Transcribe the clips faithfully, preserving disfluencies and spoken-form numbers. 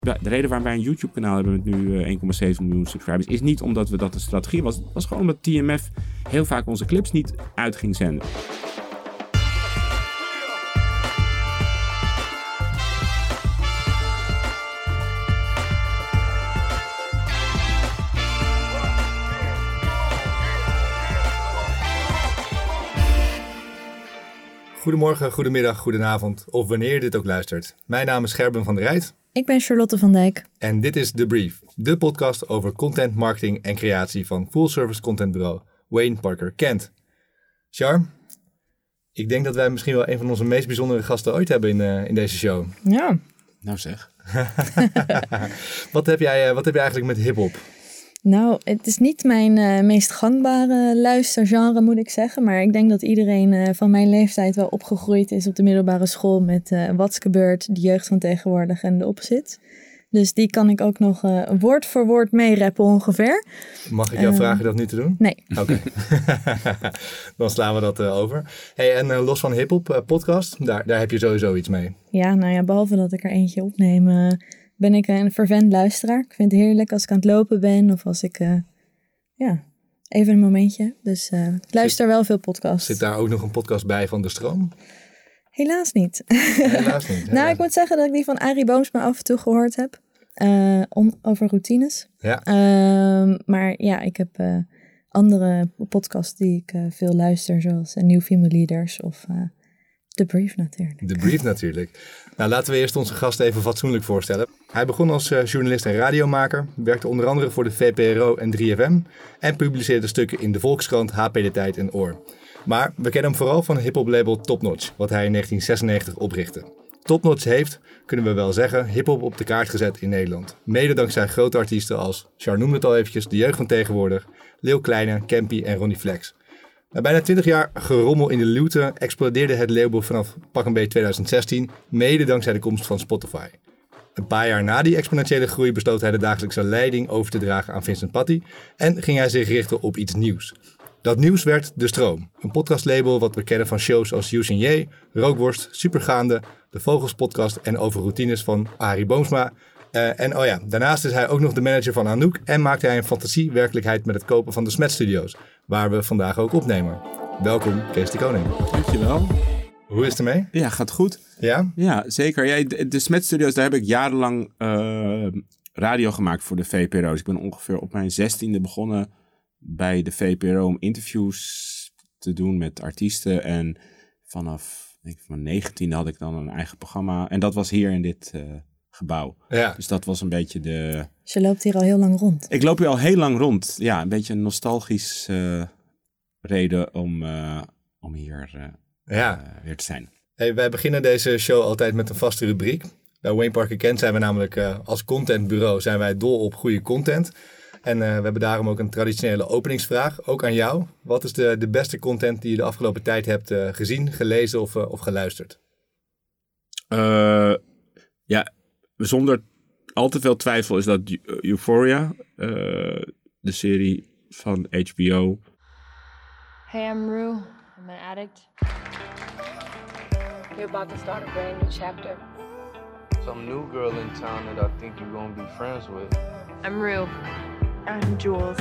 De reden waarom wij een YouTube-kanaal hebben met nu één komma zeven miljoen subscribers... is niet omdat we dat een strategie was. Het was gewoon omdat T M F heel vaak onze clips niet uit ging zenden. Goedemorgen, goedemiddag, goedenavond of wanneer je dit ook luistert. Mijn naam is Gerben van der Rijt. Ik ben Charlotte van Dijk. En dit is The Brief, de podcast over content, marketing en creatie van full-service contentbureau Wayne Parker Kent. Char, ik denk dat wij misschien wel een van onze meest bijzondere gasten ooit hebben in, uh, in deze show. Ja. Nou zeg. wat, heb jij, wat heb jij eigenlijk met hiphop? Nou, het is niet mijn uh, meest gangbare luistergenre, moet ik zeggen. Maar ik denk dat iedereen uh, van mijn leeftijd wel opgegroeid is op de middelbare school met uh, Wat's gebeurd, de jeugd van tegenwoordig en de opzit. Dus die kan ik ook nog uh, woord voor woord meerappen ongeveer. Mag ik jou uh, vragen dat nu te doen? Nee. Oké. Okay. Dan slaan we dat uh, over. Hey, en uh, los van hiphop uh, podcast, daar, daar heb je sowieso iets mee. Ja, nou ja, behalve dat ik er eentje opneem... Uh, ben ik een fervent luisteraar. Ik vind het heerlijk als ik aan het lopen ben of als ik, uh, ja, even een momentje. Dus uh, ik luister zit, wel veel podcasts. Zit daar ook nog een podcast bij van De Stroom? Helaas niet. Helaas niet. Helaas. Nou, ik moet zeggen dat ik die van Arie Boomsma af en toe gehoord heb. Uh, on, over routines. Ja. Uh, maar ja, ik heb uh, andere podcasts die ik uh, veel luister, zoals uh, New Female Leaders of... Uh, The Brief natuurlijk. The Brief natuurlijk. Nou, laten we eerst onze gast even fatsoenlijk voorstellen. Hij begon als uh, journalist en radiomaker, werkte onder andere voor de V P R O en drie F M en publiceerde stukken in de Volkskrant, H P De Tijd en Oor. Maar we kennen hem vooral van hip-hop label Top Notch, wat hij in negentien zesennegentig oprichtte. Top Notch heeft, kunnen we wel zeggen, hip-hop op de kaart gezet in Nederland. Mede dankzij grote artiesten als, Char noemde het al eventjes, de jeugd van tegenwoordig, Leeuw Kleine, Campy en Ronnie Flex. Na bijna twintig jaar gerommel in de luwte explodeerde het label vanaf pak een beetje twintig zestien, mede dankzij de komst van Spotify. Een paar jaar na die exponentiële groei besloot hij de dagelijkse leiding over te dragen aan Vincent Patty en ging hij zich richten op iets nieuws. Dat nieuws werd De Stroom, een podcastlabel wat we kennen van shows als Use en J, Rookworst, Supergaande, De Vogels podcast en over routines van Arie Boomsma. Uh, en oh ja, daarnaast is hij ook nog de manager van Anouk en maakte hij een fantasie werkelijkheid met het kopen van de Smet Studios, waar we vandaag ook opnemen. Welkom, Kees de Koning. Dankjewel. Hoe is het ermee? Ja, gaat goed. Ja? Ja, zeker. Ja, de, de Smet Studios, daar heb ik jarenlang uh, radio gemaakt voor de V P R O. Dus ik ben ongeveer op mijn zestiende begonnen bij de V P R O om interviews te doen met artiesten. En vanaf denk ik, mijn negentiende had ik dan een eigen programma. En dat was hier in dit... Uh, gebouw. Ja. Dus dat was een beetje de... Je loopt hier al heel lang rond. Ik loop hier al heel lang rond. Ja, een beetje een nostalgisch uh, reden om, uh, om hier uh, ja. uh, weer te zijn. Hey, wij beginnen deze show altijd met een vaste rubriek. Bij Wayne Parker Kent zijn we namelijk uh, als contentbureau zijn wij dol op goede content. En uh, we hebben daarom ook een traditionele openingsvraag, ook aan jou. Wat is de, de beste content die je de afgelopen tijd hebt uh, gezien, gelezen of, uh, of geluisterd? Uh, ja... Zonder al te veel twijfel is dat Euphoria, uh, de serie van H B O. Hey, I'm Rue. I'm an addict. You're about to start a brand new chapter. Some new girl in town that I think you're gonna be friends with. I'm Rue. I'm Jules.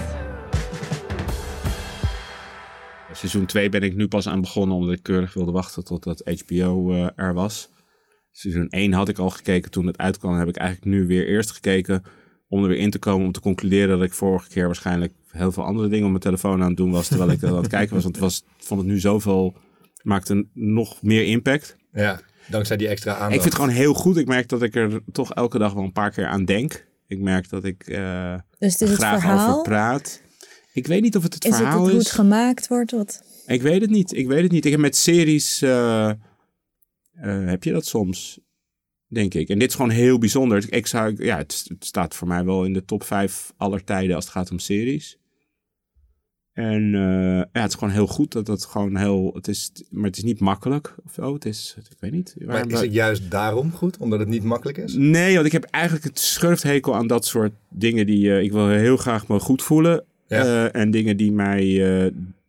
Seizoen twee ben ik nu pas aan begonnen, omdat ik keurig wilde wachten totdat H B O uh, er was. Seizoen één had ik al gekeken toen het uitkwam. Heb ik eigenlijk nu weer eerst gekeken om er weer in te komen. Om te concluderen dat ik vorige keer waarschijnlijk heel veel andere dingen op mijn telefoon aan het doen was. Terwijl ik aan het kijken was. Want het was, vond het nu zoveel, maakte nog meer impact. Ja, dankzij die extra aandacht. Ik vind het gewoon heel goed. Ik merk dat ik er toch elke dag wel een paar keer aan denk. Ik merk dat ik uh, dus het is graag het verhaal? over praat. Ik weet niet of het het is verhaal het is. Is het hoe het gemaakt wordt? Wat? Ik weet het niet. Ik weet het niet. Ik heb met series... Uh, uh, heb je dat soms... Denk ik. En dit is gewoon heel bijzonder. Ik zou, ja, het, het staat voor mij wel in de top vijf aller tijden als het gaat om series. En uh, ja, het is gewoon heel goed dat het gewoon heel... Het is, maar het is niet makkelijk of zo. Het is, ik weet niet. Maar is het juist daarom goed? Omdat het niet makkelijk is? Nee, want ik heb eigenlijk het schurfthekel aan dat soort dingen die... Uh, ik wil heel graag me goed voelen. Ja. Uh, en dingen die mij uh,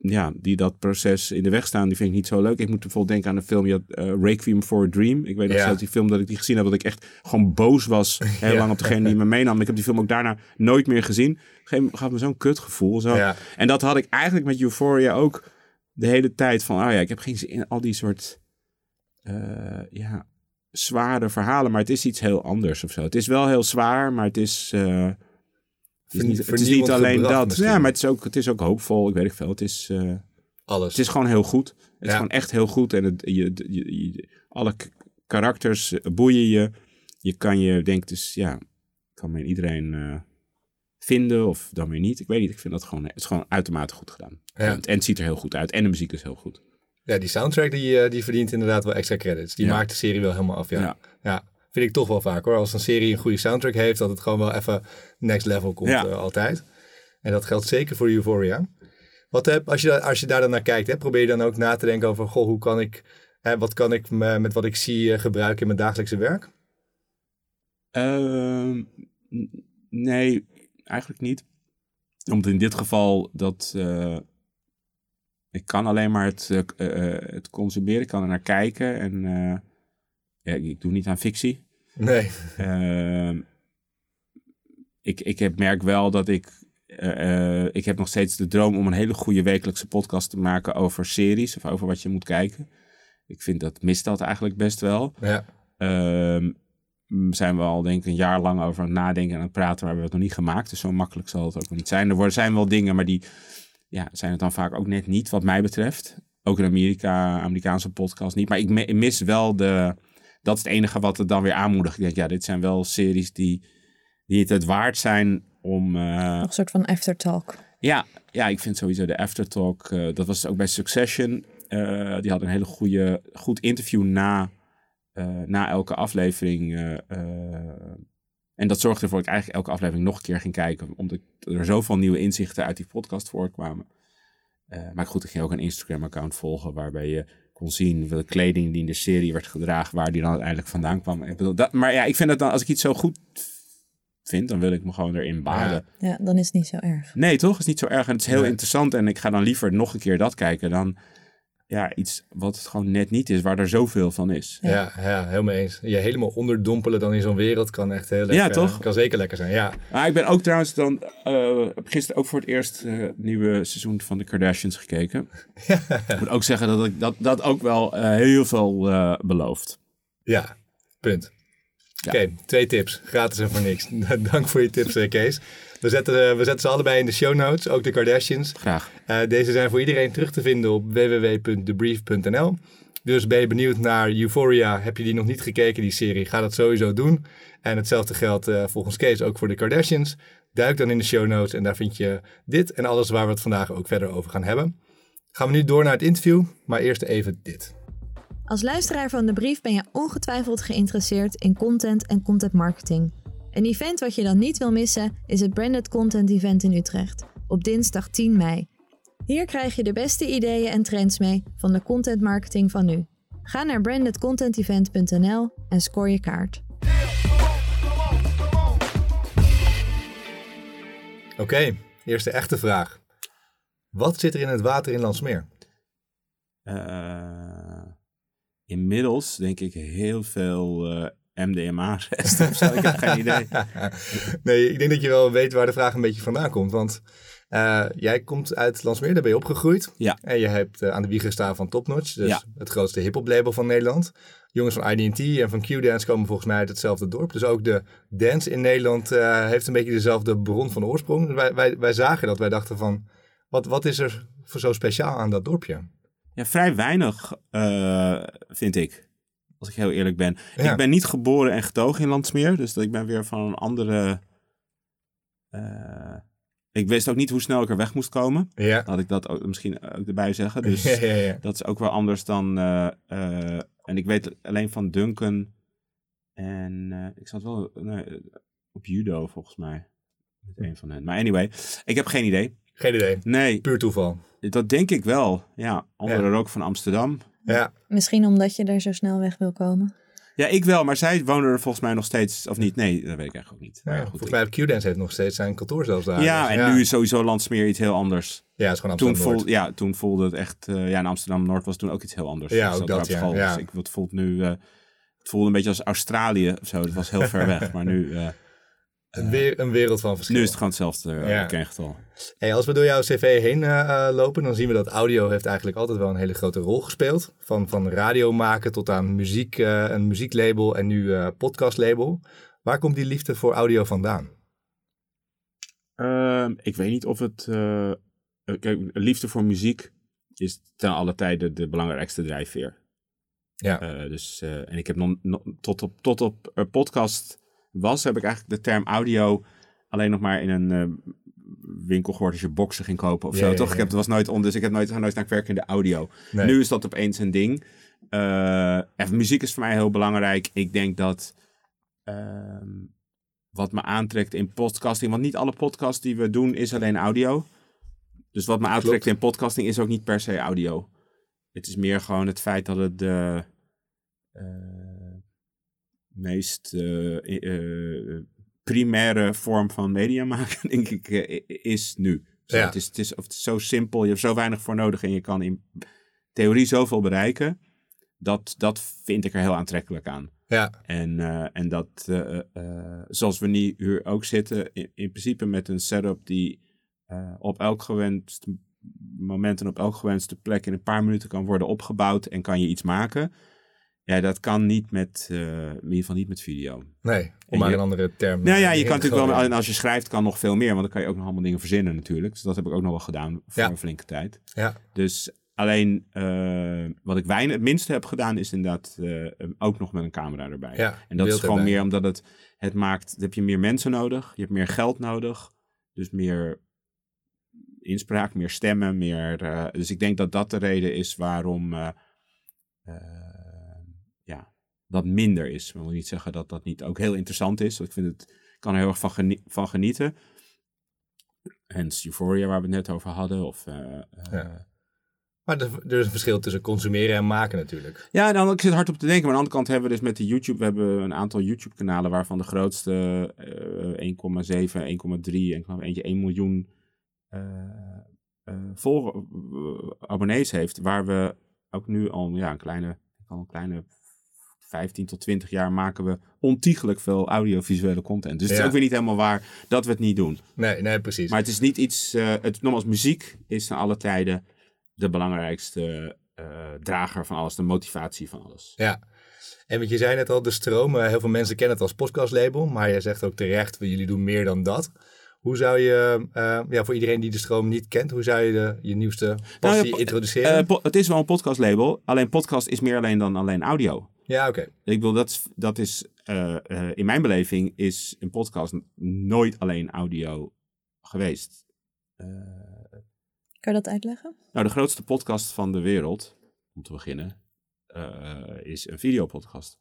ja, die dat proces in de weg staan, die vind ik niet zo leuk. Ik moet bijvoorbeeld denken aan een film, je had, uh, Requiem for a Dream. Ik weet nog Ja. steeds die film dat ik die gezien heb, dat ik echt gewoon boos was heel Ja. lang op degene die me meenam. Ik heb die film ook daarna nooit meer gezien. Geen, gaf me zo'n kutgevoel. Zo. Ja. En dat had ik eigenlijk met Euphoria ook de hele tijd van, oh ja, ik heb geen zin in al die soort uh, ja, zware verhalen, maar het is iets heel anders of zo. Het is wel heel zwaar, maar het is... Uh, Het is, niet, het is niet alleen dat. Misschien. Ja, maar het is, ook, het is ook hoopvol. Ik weet niet veel. Het is, uh, Alles. Het is gewoon heel goed. Het Ja. is gewoon echt heel goed. En het, je, je, je, alle k- karakters boeien je. Je kan je, denk dus, ja, kan men iedereen uh, vinden of dan weer niet. Ik weet niet. Ik vind dat gewoon, het is gewoon uitermate goed gedaan. Ja. En, en het ziet er heel goed uit. En de muziek is heel goed. Ja, die soundtrack die, die verdient inderdaad wel extra credits. Die Ja. maakt de serie wel helemaal af, ja. Ja. ja. Vind ik toch wel vaak hoor. Als een serie een goede soundtrack heeft, dat het gewoon wel even next level komt Ja. uh, altijd. En dat geldt zeker voor Euphoria. Wat heb, als, je, daar- als je daar dan naar kijkt, hè, probeer je dan ook na te denken over, goh, hoe kan ik, hè, wat kan ik me, met wat ik zie uh, gebruiken in mijn dagelijkse werk? Uh, nee, eigenlijk niet. Omdat in dit geval dat... Uh, ik kan alleen maar het, uh, uh, het consumeren. Ik kan er naar kijken. En uh, ja, ik, ik doe niet aan fictie. Nee. Uh, ik, ik heb, merk wel dat ik... Uh, uh, ik heb nog steeds de droom om een hele goede wekelijkse podcast te maken over series. Of over wat je moet kijken. Ik vind dat mist dat eigenlijk best wel. Ja. Uh, zijn we al denk ik een jaar lang over aan het nadenken en aan het praten, maar we hebben het nog niet gemaakt. Dus zo makkelijk zal het ook nog niet zijn. Er worden, zijn wel dingen, maar die ja, zijn het dan vaak ook net niet wat mij betreft. Ook in Amerika, Amerikaanse podcast niet. Maar ik, me, ik mis wel de... Dat is het enige wat het dan weer aanmoedigt. Ik denk, ja, dit zijn wel series die, die het het waard zijn om... Uh, Nog een soort van aftertalk. Ja, ja, ik vind sowieso de aftertalk... Uh, dat was ook bij Succession. Uh, die had een hele goede, goed interview na... Uh, na elke aflevering. Uh, uh, en dat zorgde ervoor dat ik eigenlijk elke aflevering nog een keer ging kijken. Omdat er zoveel nieuwe inzichten uit die podcast voorkwamen. Uh, maar goed, ik ging ook een Instagram-account volgen waarbij je kon zien welke kleding die in de serie werd gedragen, waar die dan uiteindelijk vandaan kwam. Ik bedoel, dat, maar ja, ik vind dat dan, als ik iets zo goed vind, dan wil ik me gewoon erin baden. Ja, ja dan is het niet zo erg. Nee, toch? Het is niet zo erg en het is heel Nee. interessant. En ik ga dan liever nog een keer dat kijken dan... Ja, iets wat het gewoon net niet is, waar er zoveel van is. Ja, ja, ja helemaal eens. Je helemaal onderdompelen dan in zo'n wereld kan echt heel lekker. Ja, toch? Kan zeker lekker zijn, ja. Maar ik ben ook trouwens dan, uh, heb gisteren ook voor het eerst uh, het nieuwe seizoen van de Kardashians gekeken. Ik moet ook zeggen dat ik dat, dat ook wel uh, heel veel uh, belooft. Ja, punt. Ja. Oké, okay, twee tips. Gratis en voor niks. Dank voor je tips, Kees. We zetten, uh, we zetten ze allebei in de show notes, ook de Kardashians. Graag. Uh, deze zijn voor iedereen terug te vinden op w w w punt the brief punt n l. Dus ben je benieuwd naar Euphoria, heb je die nog niet gekeken, die serie, ga dat sowieso doen. En hetzelfde geldt uh, volgens Kees ook voor de Kardashians. Duik dan in de show notes en daar vind je dit en alles waar we het vandaag ook verder over gaan hebben. Gaan we nu door naar het interview, maar eerst even dit. Als luisteraar van De Brief ben je ongetwijfeld geïnteresseerd in content en content marketing. Een event wat je dan niet wil missen is het Branded Content Event in Utrecht, op dinsdag tien mei. Hier krijg je de beste ideeën en trends mee van de content marketing van nu. Ga naar branded content event punt n l en score je kaart. Oké, okay, eerste echte vraag. Wat zit er in het water in Landsmeer? Uh, inmiddels denk ik heel veel uh, M D M A-resten of zo. Ik heb geen idee. Nee, ik denk dat je wel weet waar de vraag een beetje vandaan komt. Want uh, jij komt uit Landsmeer, daar ben je opgegroeid. Ja. En je hebt uh, aan de wieg gestaan van Top Notch, dus ja. het grootste hip-hop label van Nederland. Jongens van I D en T en van Q-Dance komen volgens mij uit hetzelfde dorp. Dus ook de dance in Nederland uh, heeft een beetje dezelfde bron van oorsprong. Wij, wij, wij zagen dat, wij dachten van, wat, wat is er voor zo speciaal aan dat dorpje? Ja, vrij weinig, uh, vind ik. Als ik heel eerlijk ben. Ja. Ik ben niet geboren en getogen in Landsmeer. Dus ik ben weer van een andere... Uh, ik wist ook niet hoe snel ik er weg moest komen. Ja. Had ik dat ook misschien ook erbij zeggen. Dus ja, ja, ja. dat is ook wel anders dan... Uh, uh, en ik weet alleen van Duncan. En uh, ik zat wel nee, op judo volgens mij. Met een van hen. Maar anyway, ik heb geen idee. Geen idee. Nee. Puur toeval. Dat denk ik wel. Ja, anderen ja. ook van Amsterdam. Ja. Misschien omdat je er zo snel weg wil komen. Ja, ik wel, maar zij wonen er volgens mij nog steeds, of niet? Nee, dat weet ik eigenlijk ook niet. Ja, Maar goed, volgens ik- mij heeft Q-Dance heeft nog steeds zijn kantoor zelfs daar. ja, Dus, en nu is sowieso Landsmeer iets heel anders. Ja, het is gewoon Toen, Amsterdam voel, ja, toen voelde het echt... uh, ja, in Amsterdam-Noord was toen ook iets heel anders. Ja, Ik ook zat dat, daar op ja, school, ja. Dus ik, het voelt nu... Uh, het voelde een beetje als Australië of zo. Dat was heel ver weg, maar nu... Uh, Een, weer, een wereld van verschil. Nu is het gewoon hetzelfde uh, Ja. kerngetal. Hey, als we door jouw cv heen uh, lopen, dan zien we dat audio heeft eigenlijk altijd wel een hele grote rol gespeeld. Van, van radio maken tot aan muziek, uh, een muzieklabel en nu uh, podcastlabel. Waar komt die liefde voor audio vandaan? Uh, ik weet niet of het... Uh, kijk, liefde voor muziek is ten alle tijde de belangrijkste drijfveer. Ja. Uh, dus, uh, en ik heb nog, nog tot op, tot op uh, podcast was, heb ik eigenlijk de term audio alleen nog maar in een uh, winkel gehoord als je boxen ging kopen of ja, zo. Ja, toch? ja. Ik heb, het was nooit on, dus ik heb nooit, nooit naar werken in de audio. Nee. Nu is dat opeens een ding. Uh, en muziek is voor mij heel belangrijk. Ik denk dat uh, wat me aantrekt in podcasting, want niet alle podcasts die we doen is alleen audio. Dus wat me aantrekt in podcasting is ook niet per se audio. Het is meer gewoon het feit dat het de uh, meest uh, uh, primaire vorm van media maken, denk ik, uh, is nu. Zo, Ja. het, is, het, is, of het is zo simpel, je hebt zo weinig voor nodig en je kan in theorie zoveel bereiken. Dat, dat vind ik er heel aantrekkelijk aan. Ja. En, uh, en dat, uh, uh, zoals we nu hier ook zitten, in, in principe met een setup die uh, op elk gewenst moment en op elk gewenste plek in een paar minuten kan worden opgebouwd en kan je iets maken. Ja, dat kan niet met, uh, in ieder geval niet met video. Nee, om En maar je- een andere term. Nou ja, je erin kan te natuurlijk wel, gooien. en als je schrijft kan nog veel meer, want dan kan je ook nog allemaal dingen verzinnen natuurlijk. Dus dat heb ik ook nog wel gedaan voor Ja. een flinke tijd. Ja. Dus alleen, uh, wat ik weinig, het minste heb gedaan is inderdaad uh, ook nog met een camera erbij. Ja, en dat is beeld gewoon erbij. meer omdat het, het maakt, dan heb je meer mensen nodig, je hebt meer geld nodig, dus meer inspraak, meer stemmen, meer... Uh, dus ik denk dat dat de reden is waarom uh, uh, ja, dat minder is. Ik wil niet zeggen dat dat niet ook heel interessant is. Want ik vind het, ik kan er heel erg van, geni- van genieten. Hence Euphoria, waar we het net over hadden. Of, uh, uh, Ja. Maar er er is een verschil tussen consumeren en maken natuurlijk. Ja, en dan, ik zit hard op te denken. Maar aan de andere kant hebben we dus met de YouTube... We hebben een aantal YouTube-kanalen waarvan de grootste uh, één komma zeven, één komma drie... en ik geloof eentje één miljoen uh, uh, vol, uh, abonnees heeft. Waar we ook nu al ja, een kleine, al een kleine vijftien tot twintig jaar maken we ontiegelijk veel audiovisuele content. Dus het Ja. is ook weer niet helemaal waar dat we het niet doen. Nee, nee, precies. Maar het is niet iets... Uh, het, nogmaals, muziek is ten alle tijden de belangrijkste uh, drager van alles. De motivatie van alles. Ja. En wat je zei net al, de stroom. uh, Heel veel mensen kennen het als podcastlabel. Maar jij zegt ook terecht, jullie doen meer dan dat. Hoe zou je, uh, ja, voor iedereen die de stroom niet kent, hoe zou je de, je nieuwste passie Nou ja, po- introduceren? Uh, po- het is wel een podcastlabel. Alleen podcast is meer alleen dan alleen audio. ja, oké. Ik bedoel, dat is, dat is uh, uh, in mijn beleving is een podcast nooit alleen audio geweest. Uh, Kan je dat uitleggen? nou, de grootste podcast van de wereld, om te beginnen, uh, is een videopodcast.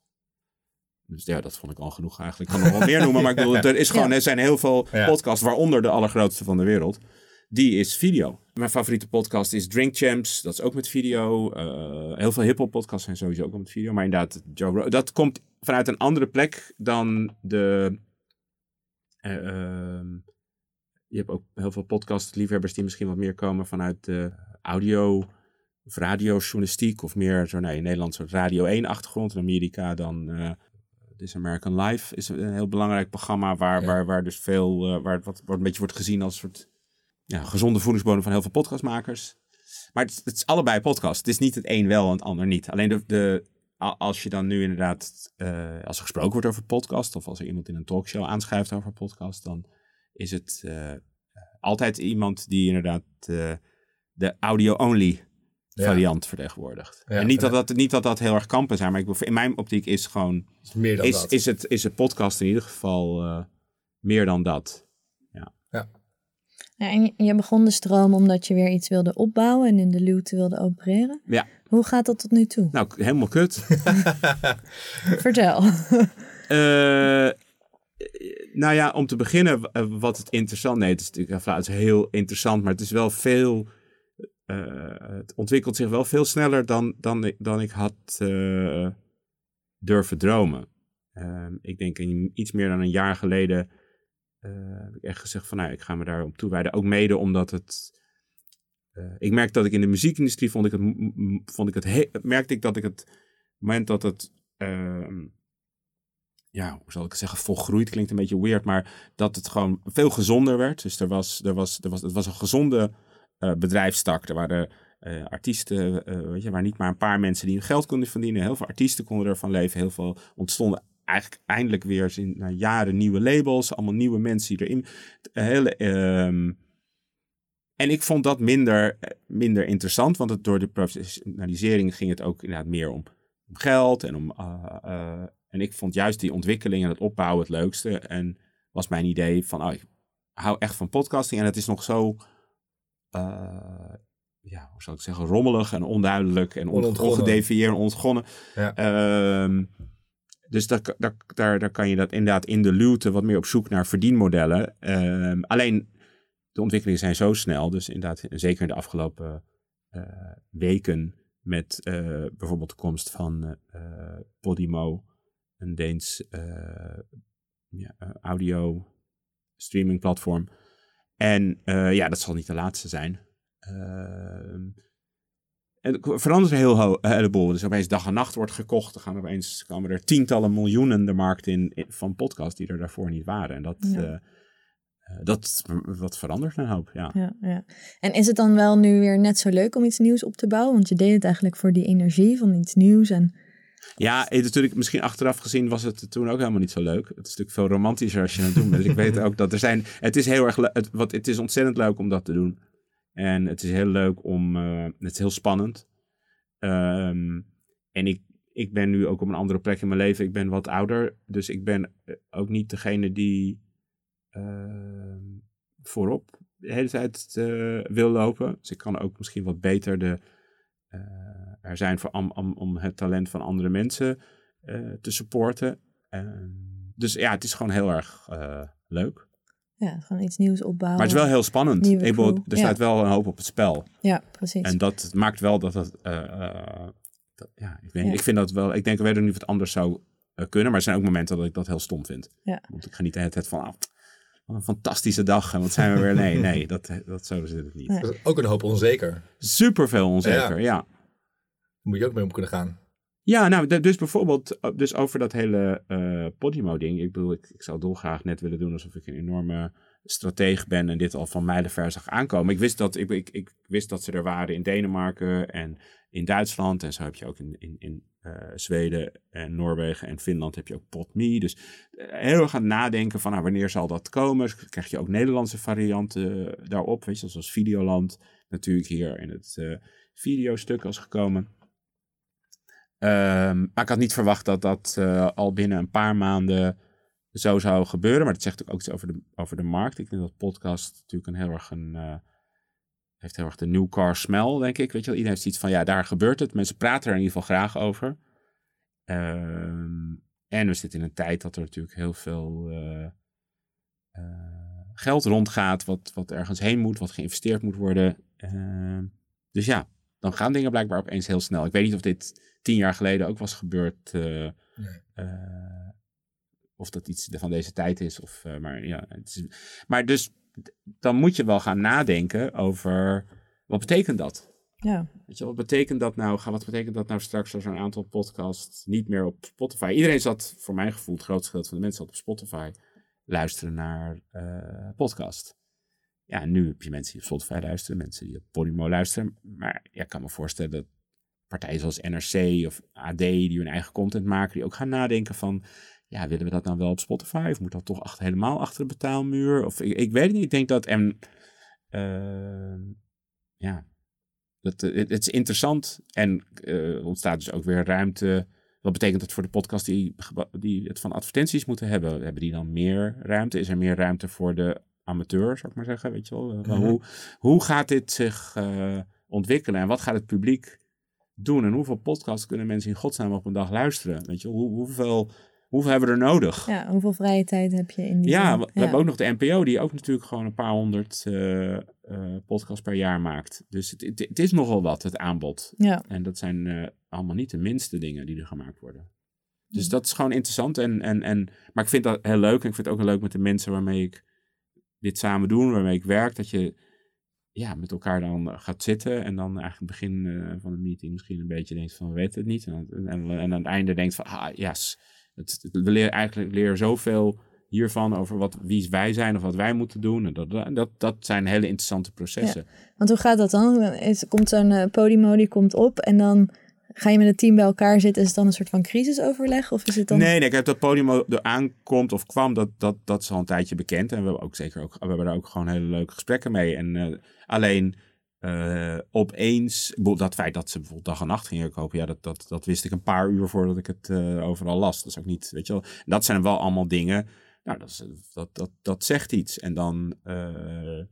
Dus ja, dat vond ik al genoeg eigenlijk. Ik kan nog wel meer noemen, maar ik bedoel, er, is gewoon, Ja. er zijn heel veel Ja. podcasts, waaronder de allergrootste van de wereld. Die is video. Mijn favoriete podcast is Drink Champs. Dat is ook met video. Uh, heel veel hiphop podcasts zijn sowieso ook met video. Maar inderdaad, Joe Rogan, dat komt vanuit een andere plek dan de... Uh, uh, je hebt ook heel veel podcastliefhebbers die misschien wat meer komen vanuit de audio of radiojournalistiek. Of meer zo, nee, in Nederland soort Radio één achtergrond. In Amerika dan... Uh, This American Life is een heel belangrijk programma waar, Ja. waar, waar dus veel, uh, waar het wat, wat een beetje wordt gezien als een soort ja, gezonde voedingsbodem van heel veel podcastmakers. Maar het, het is allebei podcast. Het is niet het een wel en het ander niet. Alleen de, de, a- als je dan nu inderdaad, uh, als er gesproken wordt over podcast of als er iemand in een talkshow aanschuift over podcast, dan is het uh, altijd iemand die inderdaad uh, de audio-only Ja. variant vertegenwoordigt. Ja, en niet dat, ja. dat, niet dat dat heel erg kampen zijn, maar ik, bedoel, in mijn optiek is gewoon Is meer dan is, dat. is, het, is het podcast in ieder geval uh, meer dan dat. Ja, en je- je begon de stroom omdat je weer iets wilde opbouwen en in de luwte wilde opereren. Ja. Hoe gaat dat tot nu toe? Nou, k- helemaal kut. Vertel. Uh, nou ja, om te beginnen, uh, wat het interessant... Nee, het is natuurlijk ja, het is heel interessant, maar het is wel veel... Uh, het ontwikkelt zich wel veel sneller dan, dan, ik, dan ik had uh, durven dromen. Um, ik denk in, iets meer dan een jaar geleden uh, heb ik echt gezegd van nou, ik ga me daarom toewijden. Ook mede omdat het... Uh, ik merk dat ik in de muziekindustrie vond ik het... M- vond ik het he- merkte ik dat ik het moment dat het... Uh, ja, hoe zal ik het zeggen? Volgroeid klinkt een beetje weird, maar dat het gewoon veel gezonder werd. Dus er was, er was, er was, het was een gezonde uh, bedrijfstak. Er waren uh, artiesten, uh, weet je, waar niet maar een paar mensen die geld konden verdienen. Heel veel artiesten konden ervan leven. Heel veel ontstonden eigenlijk eindelijk weer in, na jaren nieuwe labels. Allemaal nieuwe mensen die erin... Hele, um, en ik vond dat minder, minder interessant, want het, door de professionalisering ging het ook inderdaad meer om, om geld en om... Uh, uh, en ik vond juist die ontwikkeling en het opbouwen het leukste. En was mijn idee van, oh, ik hou echt van podcasting. En het is nog zo, uh, ja, hoe zou ik zeggen, rommelig en onduidelijk en on- ongedefinieerd en ontgonnen. Ja. Um, dus daar, daar, daar, daar kan je dat inderdaad in de luwte wat meer op zoek naar verdienmodellen. Um, alleen, de ontwikkelingen zijn zo snel. Dus inderdaad, zeker in de afgelopen uh, weken met uh, bijvoorbeeld de komst van uh, Podimo, een Deens uh, ja, uh, audio streaming platform. En uh, ja, dat zal niet de laatste zijn. Uh, en het verandert een heel ho- heleboel. Dus opeens dag en nacht wordt gekocht. Dan gaan er opeens komen er tientallen miljoenen de markt in, in van podcasts die er daarvoor niet waren. En dat, ja. uh, uh, dat, dat verandert een hoop, ja. Ja, ja. En is het dan wel nu weer net zo leuk om iets nieuws op te bouwen? Want je deed het eigenlijk voor die energie van iets nieuws en... Ja, natuurlijk, misschien achteraf gezien was het toen ook helemaal niet zo leuk. Het is natuurlijk veel romantischer als je het doet. Dus ik weet ook dat er zijn... Het is heel erg... Le- het, wat, het is ontzettend leuk om dat te doen. En het is heel leuk om... Uh, het is heel spannend. Um, en ik, ik ben nu ook op een andere plek in mijn leven. Ik ben wat ouder. Dus ik ben ook niet degene die uh, voorop de hele tijd uh, wil lopen. Dus ik kan ook misschien wat beter de... Uh, er zijn voor, om, om, om het talent van andere mensen uh, te supporten. Uh, dus ja, het is gewoon heel erg uh, leuk. Ja, gewoon iets nieuws opbouwen. Maar het is wel heel spannend. Ik bedoel, er staat ja. wel een hoop op het spel. Ja, precies. En dat maakt wel dat het... Uh, uh, dat, ja, ik, weet, ja. ik vind dat wel... Ik denk, ik weet ook niet of het anders zou uh, kunnen. Maar er zijn ook momenten dat ik dat heel stom vind. Ja. Want ik ga niet de hele tijd van... Ah, wat een fantastische dag. En wat zijn we weer... Nee, nee, dat, dat zo zit het niet. Ja. Dat is ook een hoop onzeker. Super veel onzeker, ja. ja. Daar moet je ook mee om kunnen gaan. Ja, nou, dus bijvoorbeeld dus over dat hele uh, Podimo-ding. Ik bedoel, ik, ik zou dolgraag net willen doen alsof ik een enorme strateeg ben en dit al van mijlenver zag aankomen. Ik wist dat, ik, ik, ik wist dat ze er waren in Denemarken en in Duitsland. En zo heb je ook in, in, in uh, Zweden en Noorwegen en Finland heb je ook Podme. Dus uh, heel erg aan het nadenken van nou, wanneer zal dat komen. Dus krijg je ook Nederlandse varianten daarop. Weet je, zoals Videoland natuurlijk hier in het uh, videostuk was gekomen. Um, maar ik had niet verwacht dat dat uh, al binnen een paar maanden zo zou gebeuren. Maar dat zegt ook iets over de, over de markt. Ik denk dat podcast natuurlijk een heel erg een... Uh, heeft heel erg de new car smell, denk ik. Weet je wel? Iedereen heeft iets van, ja, daar gebeurt het. Mensen praten er in ieder geval graag over. Um, en we zitten in een tijd dat er natuurlijk heel veel uh, uh, geld rondgaat. Wat, wat ergens heen moet, wat geïnvesteerd moet worden. Uh, dus ja, dan gaan dingen blijkbaar opeens heel snel. Ik weet niet of dit tien jaar geleden ook was gebeurd. Uh, nee. uh, of dat iets van deze tijd is. Of, uh, maar ja, het is, maar dus dan moet je wel gaan nadenken over wat betekent dat? Ja. Weet je, wat betekent dat nou? Wat betekent dat nou straks als er een aantal podcasts niet meer op Spotify? Iedereen zat, voor mijn gevoel, het grootste gedeelte van de mensen zat op Spotify luisteren naar uh, podcast. Ja, nu heb je mensen die op Spotify luisteren, mensen die op Podimo luisteren. Maar ja, ik kan me voorstellen dat partijen zoals N R C of A D, die hun eigen content maken, die ook gaan nadenken van, ja, willen we dat nou wel op Spotify? Of moet dat toch achter, helemaal achter de betaalmuur? Of ik, ik weet het niet. Ik denk dat, en uh, ja, dat, het, het is interessant en uh, ontstaat dus ook weer ruimte. Wat betekent dat voor de podcast die, die het van advertenties moeten hebben? Hebben die dan meer ruimte? Is er meer ruimte voor de amateur, zou ik maar zeggen? Weet je wel? Uh, mm-hmm. hoe, hoe gaat dit zich uh, ontwikkelen? En wat gaat het publiek doen? En hoeveel podcasts kunnen mensen in godsnaam op een dag luisteren? Weet je, hoe, hoeveel, hoeveel hebben we er nodig? Ja, hoeveel vrije tijd heb je in die Ja, zin? we, we ja. hebben ook nog de N P O, die ook natuurlijk gewoon een paar honderd uh, uh, podcasts per jaar maakt. Dus het, het, het is nogal wat, het aanbod. Ja. En dat zijn uh, allemaal niet de minste dingen die er gemaakt worden. Dus dat is gewoon interessant. En, en, en, maar ik vind dat heel leuk. En ik vind het ook heel leuk met de mensen waarmee ik dit samen doe, waarmee ik werk. Dat je ja, met elkaar dan gaat zitten. En dan eigenlijk begin uh, van de meeting misschien een beetje denkt van we weten het niet. En, en, en, en aan het einde denkt van ah, yes. Het, het, we leren eigenlijk leren zoveel hiervan over wat, wie wij zijn of wat wij moeten doen. En dat, dat, dat zijn hele interessante processen. Ja, want hoe gaat dat dan? Is, komt zo'n uh, Podimo, die komt op en dan ga je met het team bij elkaar zitten? Is het dan een soort van crisisoverleg? Of is het dan... Nee, nee, kijk, dat Podimo er aankomt of kwam, dat, dat, dat is al een tijdje bekend. En we hebben ook zeker ook, we hebben daar ook gewoon hele leuke gesprekken mee. En uh, alleen uh, opeens, dat feit dat ze bijvoorbeeld dag en nacht gingen kopen, ja, dat, dat, dat wist ik een paar uur voordat ik het uh, overal las. Dat is ook niet, weet je wel. Dat zijn wel allemaal dingen. Nou, dat, is, dat, dat, dat zegt iets. En dan, uh,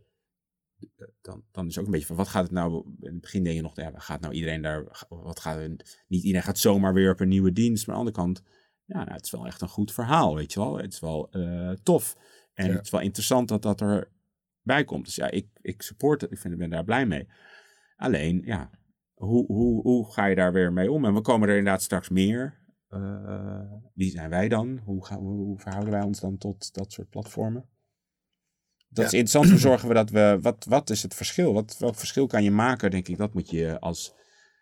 dan, dan is ook een beetje van, wat gaat het nou... In het begin denk je nog, ja, gaat nou iedereen daar... Wat gaat, niet iedereen gaat zomaar weer op een nieuwe dienst. Maar aan de andere kant, ja, nou, het is wel echt een goed verhaal, weet je wel. Het is wel uh, tof. En ja. Het is wel interessant dat dat erbij komt. Dus ja, ik, ik support het. Ik vind, ik ben daar blij mee. Alleen, ja, hoe, hoe, hoe ga je daar weer mee om? En we komen er inderdaad straks meer... Uh, wie zijn wij dan? Hoe, gaan, hoe, hoe verhouden wij ons dan tot dat soort platformen? Dat ja. is interessant. Hoe zorgen we dat we... Wat, wat is het verschil? Wat, welk verschil kan je maken, denk ik? Dat moet je als,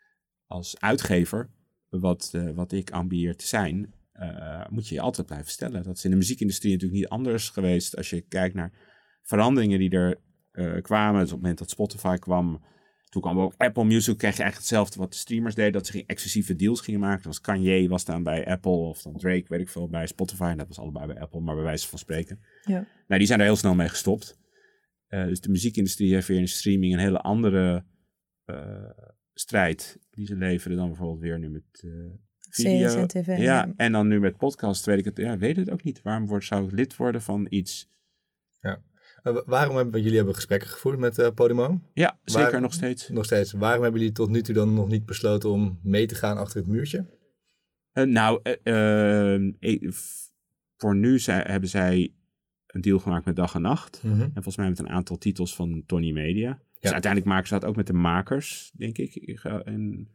als uitgever, wat, uh, wat ik ambieer te zijn, uh, moet je je altijd blijven stellen. Dat is in de muziekindustrie natuurlijk niet anders geweest. Als je kijkt naar veranderingen die er uh, kwamen. Dus op het moment dat Spotify kwam... Toen kwam ook Apple Music, kreeg je eigenlijk hetzelfde wat de streamers deden. Dat ze exclusieve deals gingen maken. Zoals Kanye was dan bij Apple of dan Drake, weet ik veel, bij Spotify. En dat was allebei bij Apple, maar bij wijze van spreken. Ja. Nou, die zijn er heel snel mee gestopt. Uh, dus de muziekindustrie heeft weer in streaming een hele andere uh, strijd die ze leveren dan bijvoorbeeld weer nu met uh, video. C S en T V. Ja, ja, en dan nu met podcast weet ik het, ja, weet het ook niet. Waarom word, zou ik lid worden van iets... Ja. Uh, waarom hebben jullie hebben gesprekken gevoerd met uh, Podimo? Ja, zeker Waar, nog steeds. Nog steeds. Waarom hebben jullie tot nu toe dan nog niet besloten om mee te gaan achter het muurtje? Uh, nou, uh, uh, voor nu zij, hebben zij een deal gemaakt met Dag en Nacht. Mm-hmm. En volgens mij met een aantal titels van Tony Media. Ja. Dus uiteindelijk maken ze dat ook met de makers, denk ik. En,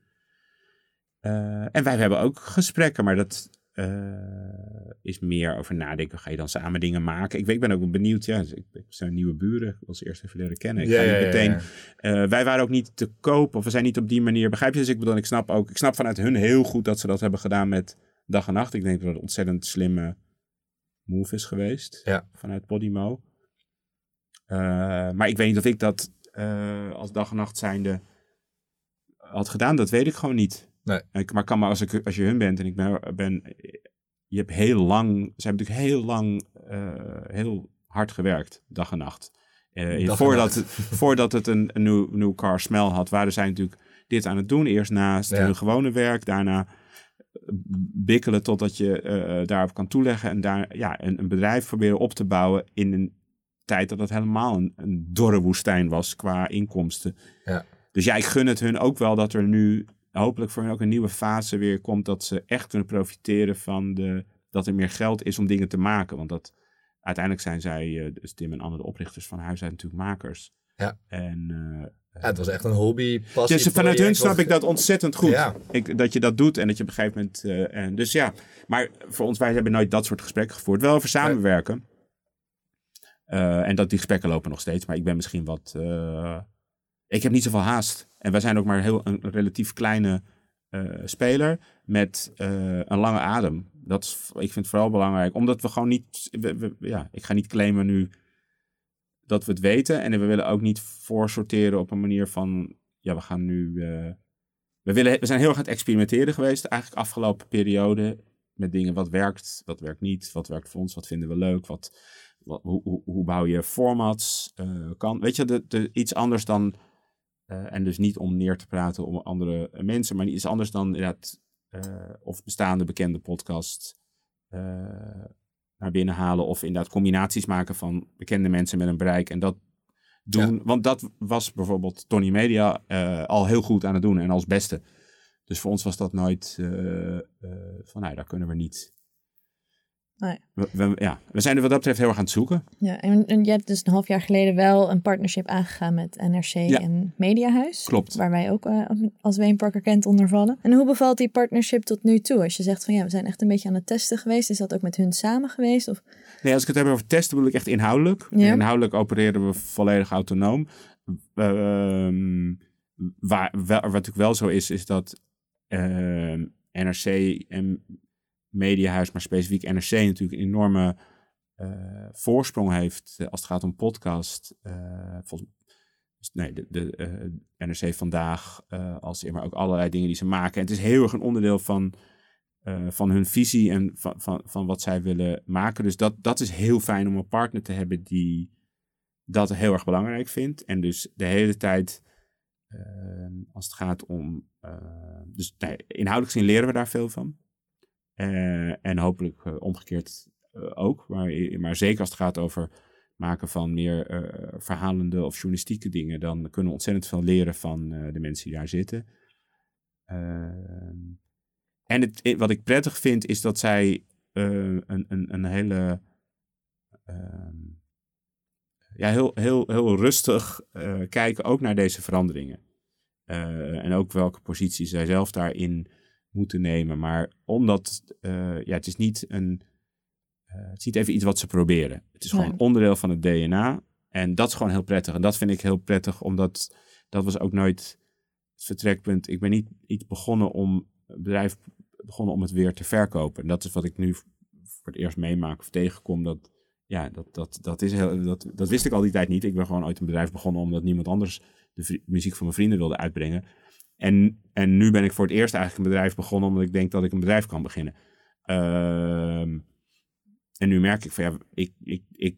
uh, en wij hebben ook gesprekken, maar dat... Uh, is meer over nadenken. Ga je dan samen dingen maken? Ik, weet, ik ben ook benieuwd. Ja, ik, ik zijn nieuwe buren. Ik wil ze eerst even leren kennen. Ik ja, ga niet ja, meteen. Ja, ja. Uh, wij waren ook niet te koop. Of we zijn niet op die manier. Begrijp je? Dus ik bedoel, ik snap ook. Ik snap vanuit hun heel goed dat ze dat hebben gedaan met Dag en Nacht. Ik denk dat het een ontzettend slimme move is geweest. Ja. Vanuit Podimo. Uh, maar ik weet niet of ik dat uh, als Dag en Nacht zijnde had gedaan. Dat weet ik gewoon niet. Nee. Ik, maar kan maar als, ik, als je hun bent en ik ben, ben je hebt heel lang, ze hebben natuurlijk heel lang uh, heel hard gewerkt, dag en nacht. Uh, dag voordat, en nacht. Het, voordat het een, een nieuw, nieuw car smell had, waren zij natuurlijk dit aan het doen. Eerst naast ja. hun gewone werk, daarna bikkelen totdat je uh, daarop kan toeleggen en daar ja, een, een bedrijf proberen op te bouwen in een tijd dat het helemaal een, een dorre woestijn was qua inkomsten. Ja. Dus ja, ik gun het hun ook wel dat er nu hopelijk voor hen ook een nieuwe fase weer komt dat ze echt kunnen profiteren van de, dat er meer geld is om dingen te maken. Want dat uiteindelijk zijn zij, uh, dus Tim en Anne, de oprichters van Huis, zijn natuurlijk makers. Ja. En, uh, ja, het was echt een hobby, passie. Dus vanuit hun snap ik dat ontzettend goed. Ja. Ik, dat je dat doet en dat je op een gegeven moment... Uh, en dus ja, maar voor ons, wij hebben nooit dat soort gesprekken gevoerd. Wel over samenwerken. Uh, en dat die gesprekken lopen nog steeds. Maar ik ben misschien wat... Uh, ik heb niet zoveel haast. En wij zijn ook maar heel, een relatief kleine uh, speler met uh, een lange adem. Dat is, ik vind het vooral belangrijk. Omdat we gewoon niet... We, we, ja, ik ga niet claimen nu dat we het weten. En we willen ook niet voorsorteren op een manier van... Ja, we gaan nu... Uh, we, willen, we zijn heel erg aan het experimenteren geweest. Eigenlijk afgelopen periode. Met dingen wat werkt, wat werkt niet. Wat werkt voor ons, wat vinden we leuk. Wat, wat, hoe, hoe, hoe bouw je formats? Uh, kan, weet je, de, de, iets anders dan... Uh, en dus niet om neer te praten om andere uh, mensen, maar iets anders dan inderdaad, uh, of bestaande bekende podcast uh, naar binnen halen. Of inderdaad combinaties maken van bekende mensen met een bereik. En dat doen, ja. Want dat was bijvoorbeeld Tony Media uh, al heel goed aan het doen en als beste. Dus voor ons was dat nooit uh, uh, van, nou, daar kunnen we niet Nee. We, we, ja, we zijn er wat dat betreft heel erg aan het zoeken. Ja, en, en je hebt dus een half jaar geleden wel een partnership aangegaan met N R C Ja. en Mediahuis. Klopt. Waar wij ook uh, als Wayne Parker Kent onder vallen. En hoe bevalt die partnership tot nu toe? Als je zegt van ja, we zijn echt een beetje aan het testen geweest. Is dat ook met hun samen geweest? Of... Nee, als ik het heb over testen, bedoel ik echt inhoudelijk. Ja. En inhoudelijk opereren we volledig autonoom. Uh, waar, wel, wat natuurlijk wel zo is, is dat uh, N R C en Mediahuis, maar specifiek N R C natuurlijk een enorme uh, voorsprong heeft uh, als het gaat om podcast. Uh, volgens, nee, de, de uh, N R C Vandaag, uh, als maar ook allerlei dingen die ze maken. En het is heel erg een onderdeel van, uh, van hun visie en van, van, van wat zij willen maken. Dus dat, dat is heel fijn om een partner te hebben die dat heel erg belangrijk vindt. En dus de hele tijd, uh, als het gaat om... Uh, dus nee, inhoudelijk gezien leren we daar veel van. Uh, en hopelijk uh, omgekeerd uh, ook. Maar, maar zeker als het gaat over maken van meer uh, verhalende of journalistieke dingen, dan kunnen we ontzettend veel leren van uh, de mensen die daar zitten. Uh, en het, wat ik prettig vind, is dat zij uh, een, een, een hele... Uh, ja, heel, heel, heel rustig uh, kijken ook naar deze veranderingen. Uh, en ook welke positie zij zelf daarin moeten nemen. Maar omdat, uh, ja, het is niet een, uh, het is niet even iets wat ze proberen. Het is gewoon Nee. onderdeel van het D N A. En dat is gewoon heel prettig. En dat vind ik heel prettig, omdat dat was ook nooit het vertrekpunt. Ik ben niet iets begonnen om, een bedrijf begonnen om het weer te verkopen. En dat is wat ik nu voor het eerst meemaak of tegenkom. Dat, ja, dat, dat, dat, is heel, dat, dat wist ik al die tijd niet. Ik ben gewoon ooit een bedrijf begonnen omdat niemand anders de vri- muziek van mijn vrienden wilde uitbrengen. En, en nu ben ik voor het eerst eigenlijk een bedrijf begonnen omdat ik denk dat ik een bedrijf kan beginnen. Uh, en nu merk ik van ja, ik, ik, ik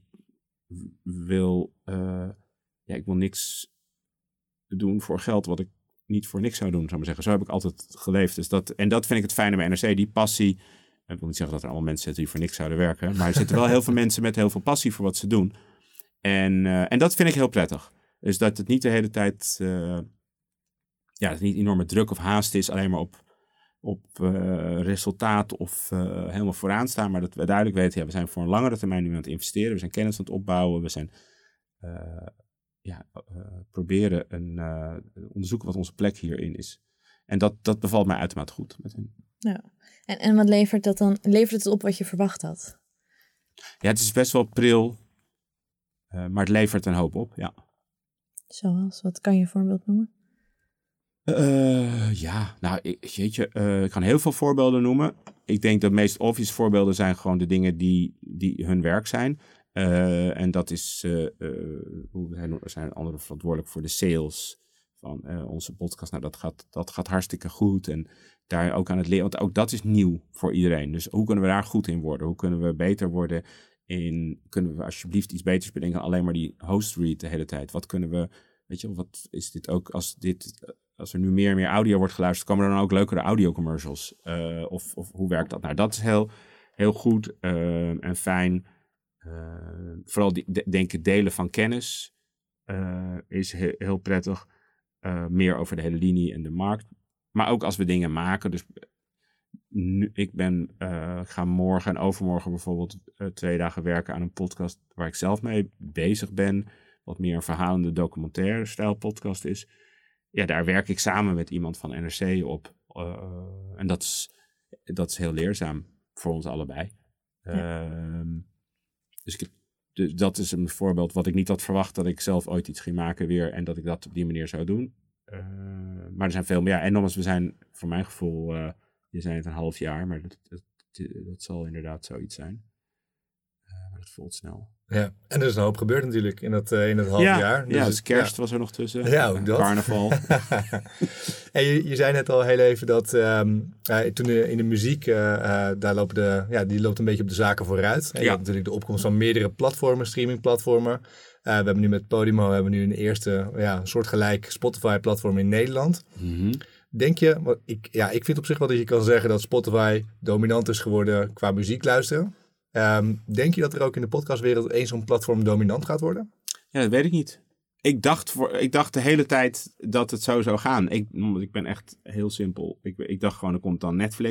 wil uh, ja, ik wil niks doen voor geld wat ik niet voor niks zou doen, zou ik maar zeggen. Zo heb ik altijd geleefd. Dus dat, en dat vind ik het fijne bij N R C, die passie. Ik wil niet zeggen dat er allemaal mensen zitten die voor niks zouden werken, maar er zitten wel heel veel mensen met heel veel passie voor wat ze doen. En, uh, en dat vind ik heel prettig. Dus dat het niet de hele tijd... Uh, ja, dat het niet enorme druk of haast is, alleen maar op, op uh, resultaat of uh, helemaal vooraan staan. Maar dat we duidelijk weten, ja, we zijn voor een langere termijn nu aan het investeren. We zijn kennis aan het opbouwen. We zijn uh, ja, uh, proberen een, uh, onderzoeken wat onze plek hierin is. En dat, dat bevalt mij uitermate goed met hen. Ja. En, en wat levert dat dan? Levert het op wat je verwacht had? Ja, het is best wel pril, uh, maar het levert een hoop op, ja. Zoals, wat kan je een voorbeeld noemen? Uh, ja, nou, ik, jeetje, uh, ik kan heel veel voorbeelden noemen. Ik denk dat de meest obvious voorbeelden zijn gewoon de dingen die, die hun werk zijn. Uh, en dat is, uh, uh, er zijn anderen verantwoordelijk voor de sales van uh, onze podcast. Nou, dat gaat, dat gaat hartstikke goed. En daar ook aan het leren, want ook dat is nieuw voor iedereen. Dus hoe kunnen we daar goed in worden? Hoe kunnen we beter worden in, kunnen we alsjeblieft iets beters bedenken dan alleen maar die host read de hele tijd? Wat kunnen we, weet je, wat is dit ook, als dit... Als er nu meer en meer audio wordt geluisterd, komen er dan ook leukere audiocommercials? Uh, of, of hoe werkt dat? Nou, dat is heel, heel goed uh, en fijn. Uh, vooral die, de, denk ik, delen van kennis uh, is he, heel prettig. Uh, meer over de hele linie en de markt. Maar ook als we dingen maken. Dus nu, ik ben, uh, ik ga morgen en overmorgen bijvoorbeeld uh, twee dagen werken aan een podcast waar ik zelf mee bezig ben. Wat meer een verhalende documentaire stijl podcast is. Ja, daar werk ik samen met iemand van N R C op. Uh, en dat is, dat is heel leerzaam voor ons allebei. Ja. Uh, dus, ik, dus dat is een voorbeeld wat ik niet had verwacht, dat ik zelf ooit iets ging maken weer en dat ik dat op die manier zou doen. Uh, maar er zijn veel meer. Ja, en nogmaals, we zijn voor mijn gevoel, uh, je zijn het een half jaar, maar dat, dat, dat zal inderdaad zoiets zijn. Uh, maar dat voelt snel. Ja, en er is een hoop gebeurd natuurlijk in dat, uh, in dat half ja, jaar. Dus ja, dus kerst ja. was er nog tussen. Ja, ook dat. Carnaval. En je, je zei net al heel even dat um, uh, toen de, in de muziek, uh, uh, daar lopen de, ja, die loopt een beetje op de zaken vooruit. En je ja. hebt natuurlijk de opkomst van meerdere platformen, streamingplatformen. Uh, we hebben nu met Podimo hebben we nu een eerste ja, soortgelijk Spotify-platform in Nederland. Mm-hmm. Denk je, want ik, ja, ik vind op zich wel dat je kan zeggen dat Spotify dominant is geworden qua muziek luisteren. Um, denk je dat er ook in de podcastwereld eens zo'n platform dominant gaat worden? Ja, dat weet ik niet. Ik dacht, voor, ik dacht de hele tijd dat het zo zou gaan. Ik, ik ben echt heel simpel. Ik, ik dacht gewoon, er komt dan Netflix.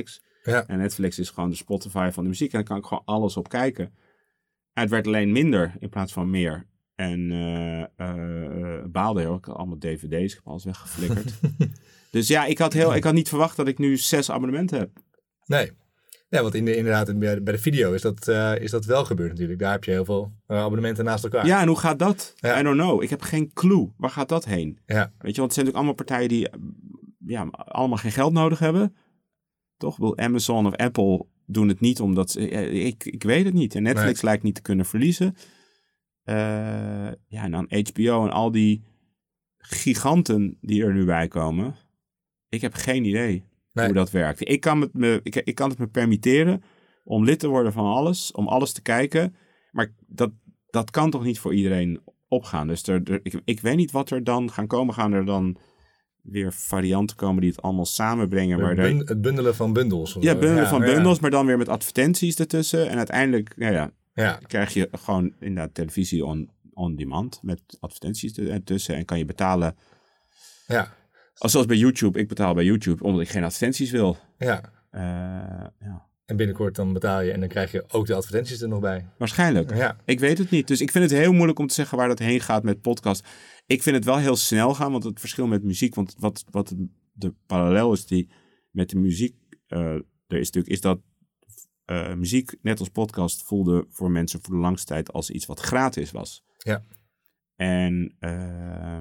Ja. En Netflix is gewoon de Spotify van de muziek. En daar kan ik gewoon alles op kijken. En het werd alleen minder in plaats van meer. En uh, uh, baalde heel. Ik had allemaal D V D's. Ik heb alles weggeflikkerd. Dus ja, ik had, heel, ik had niet verwacht dat ik nu zes abonnementen heb. Nee. Ja, want in de, inderdaad bij de video is dat, uh, is dat wel gebeurd natuurlijk. Daar heb je heel veel uh, abonnementen naast elkaar. Ja, en hoe gaat dat? Ja. I don't know. Ik heb geen clue. Waar gaat dat heen? Ja. Weet je, want het zijn natuurlijk allemaal partijen die ja, allemaal geen geld nodig hebben. Toch? Wil Amazon of Apple doen het niet omdat ze... Ik, ik weet het niet. En Netflix Nee. lijkt niet te kunnen verliezen. Uh, ja, en dan H B O en al die giganten die er nu bij komen. Ik heb geen idee Nee. hoe dat werkt. Ik kan, het me, ik, ik kan het me permitteren om lid te worden van alles, om alles te kijken. Maar dat, dat kan toch niet voor iedereen opgaan. Dus er, er, ik, ik weet niet wat er dan gaan komen. Gaan er dan weer varianten komen die het allemaal samenbrengen? Het, waar bund- er, het bundelen van bundels. of ja, zo. bundelen van ja. bundels, maar dan weer met advertenties ertussen. En uiteindelijk, nou ja, Ja. krijg je gewoon inderdaad televisie on, on demand met advertenties ertussen. En kan je betalen. Ja. Zoals bij YouTube. Ik betaal bij YouTube omdat ik geen advertenties wil. Ja. Uh, ja. En binnenkort dan betaal je en dan krijg je ook de advertenties er nog bij. Waarschijnlijk. Ja. Ik weet het niet. Dus ik vind het heel moeilijk om te zeggen waar dat heen gaat met podcast. Ik vind het wel heel snel gaan, want het verschil met muziek, want wat, wat de parallel is die met de muziek uh, er is natuurlijk, is dat uh, muziek, net als podcast, voelde voor mensen voor de langste tijd als iets wat gratis was. Ja. En uh,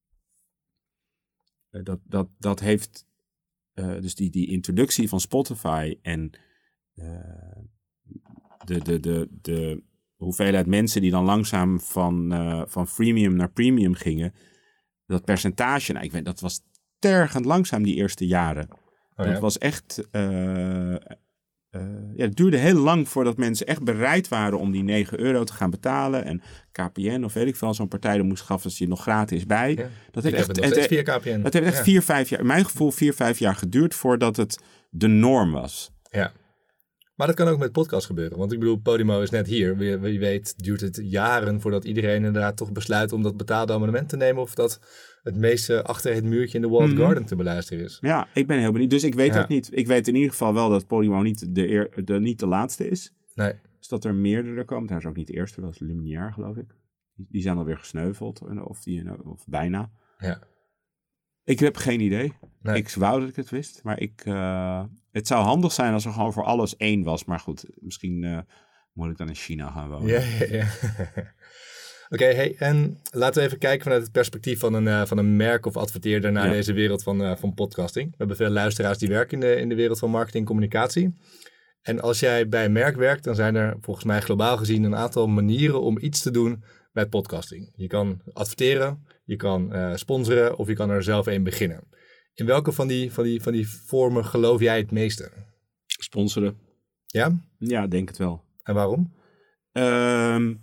dat, dat, dat heeft uh, dus die, die introductie van Spotify en uh, de, de, de, de hoeveelheid mensen die dan langzaam van, uh, van freemium naar premium gingen. Dat percentage, nou, ik weet, dat was tergend langzaam die eerste jaren. Oh, dat ja. was echt... Uh, uh, ja, het duurde heel lang voordat mensen echt bereid waren om die negen euro te gaan betalen. En K P N of weet ik veel, zo'n partij er moest schaffen ze je nog gratis bij. Ja. Dat Ik heeft heb echt, het nog steeds het, via K P N. dat heeft echt Ja. vier, vijf jaar, in mijn gevoel vier, vijf jaar geduurd voordat het de norm was. Ja. Maar dat kan ook met podcast gebeuren. Want ik bedoel, Podimo is net hier. Wie, wie weet duurt het jaren voordat iedereen inderdaad toch besluit om dat betaalde abonnement te nemen. Of dat het meeste achter het muurtje in de Walled Mhm. Garden te beluisteren is. Ja, ik ben heel benieuwd. Dus ik weet Ja. dat niet. Ik weet in ieder geval wel dat Podimo niet de, eer, de, niet de laatste is. Nee. Dus dat er meerdere komen. Daar is ook niet de eerste, dat is Lumière, geloof ik. Die, die zijn alweer gesneuveld. Of, die, of bijna. Ja. Ik heb geen idee. Nee. Ik wou dat ik het wist. Maar ik, uh, het zou handig zijn als er gewoon voor alles één was. Maar goed, misschien uh, moet ik dan in China gaan wonen. Ja, ja, ja. Oké, okay, hey, en laten we even kijken vanuit het perspectief van een, uh, van een merk of adverteerder naar Ja. deze wereld van, uh, van podcasting. We hebben veel luisteraars die werken in de, in de wereld van marketing en communicatie. En als jij bij een merk werkt, dan zijn er volgens mij globaal gezien een aantal manieren om iets te doen bij podcasting. Je kan adverteren, je kan uh, sponsoren of je kan er zelf een beginnen. In welke van die, van, die, van die vormen geloof jij het meeste? Sponsoren. Ja? Ja, denk het wel. En waarom? Um,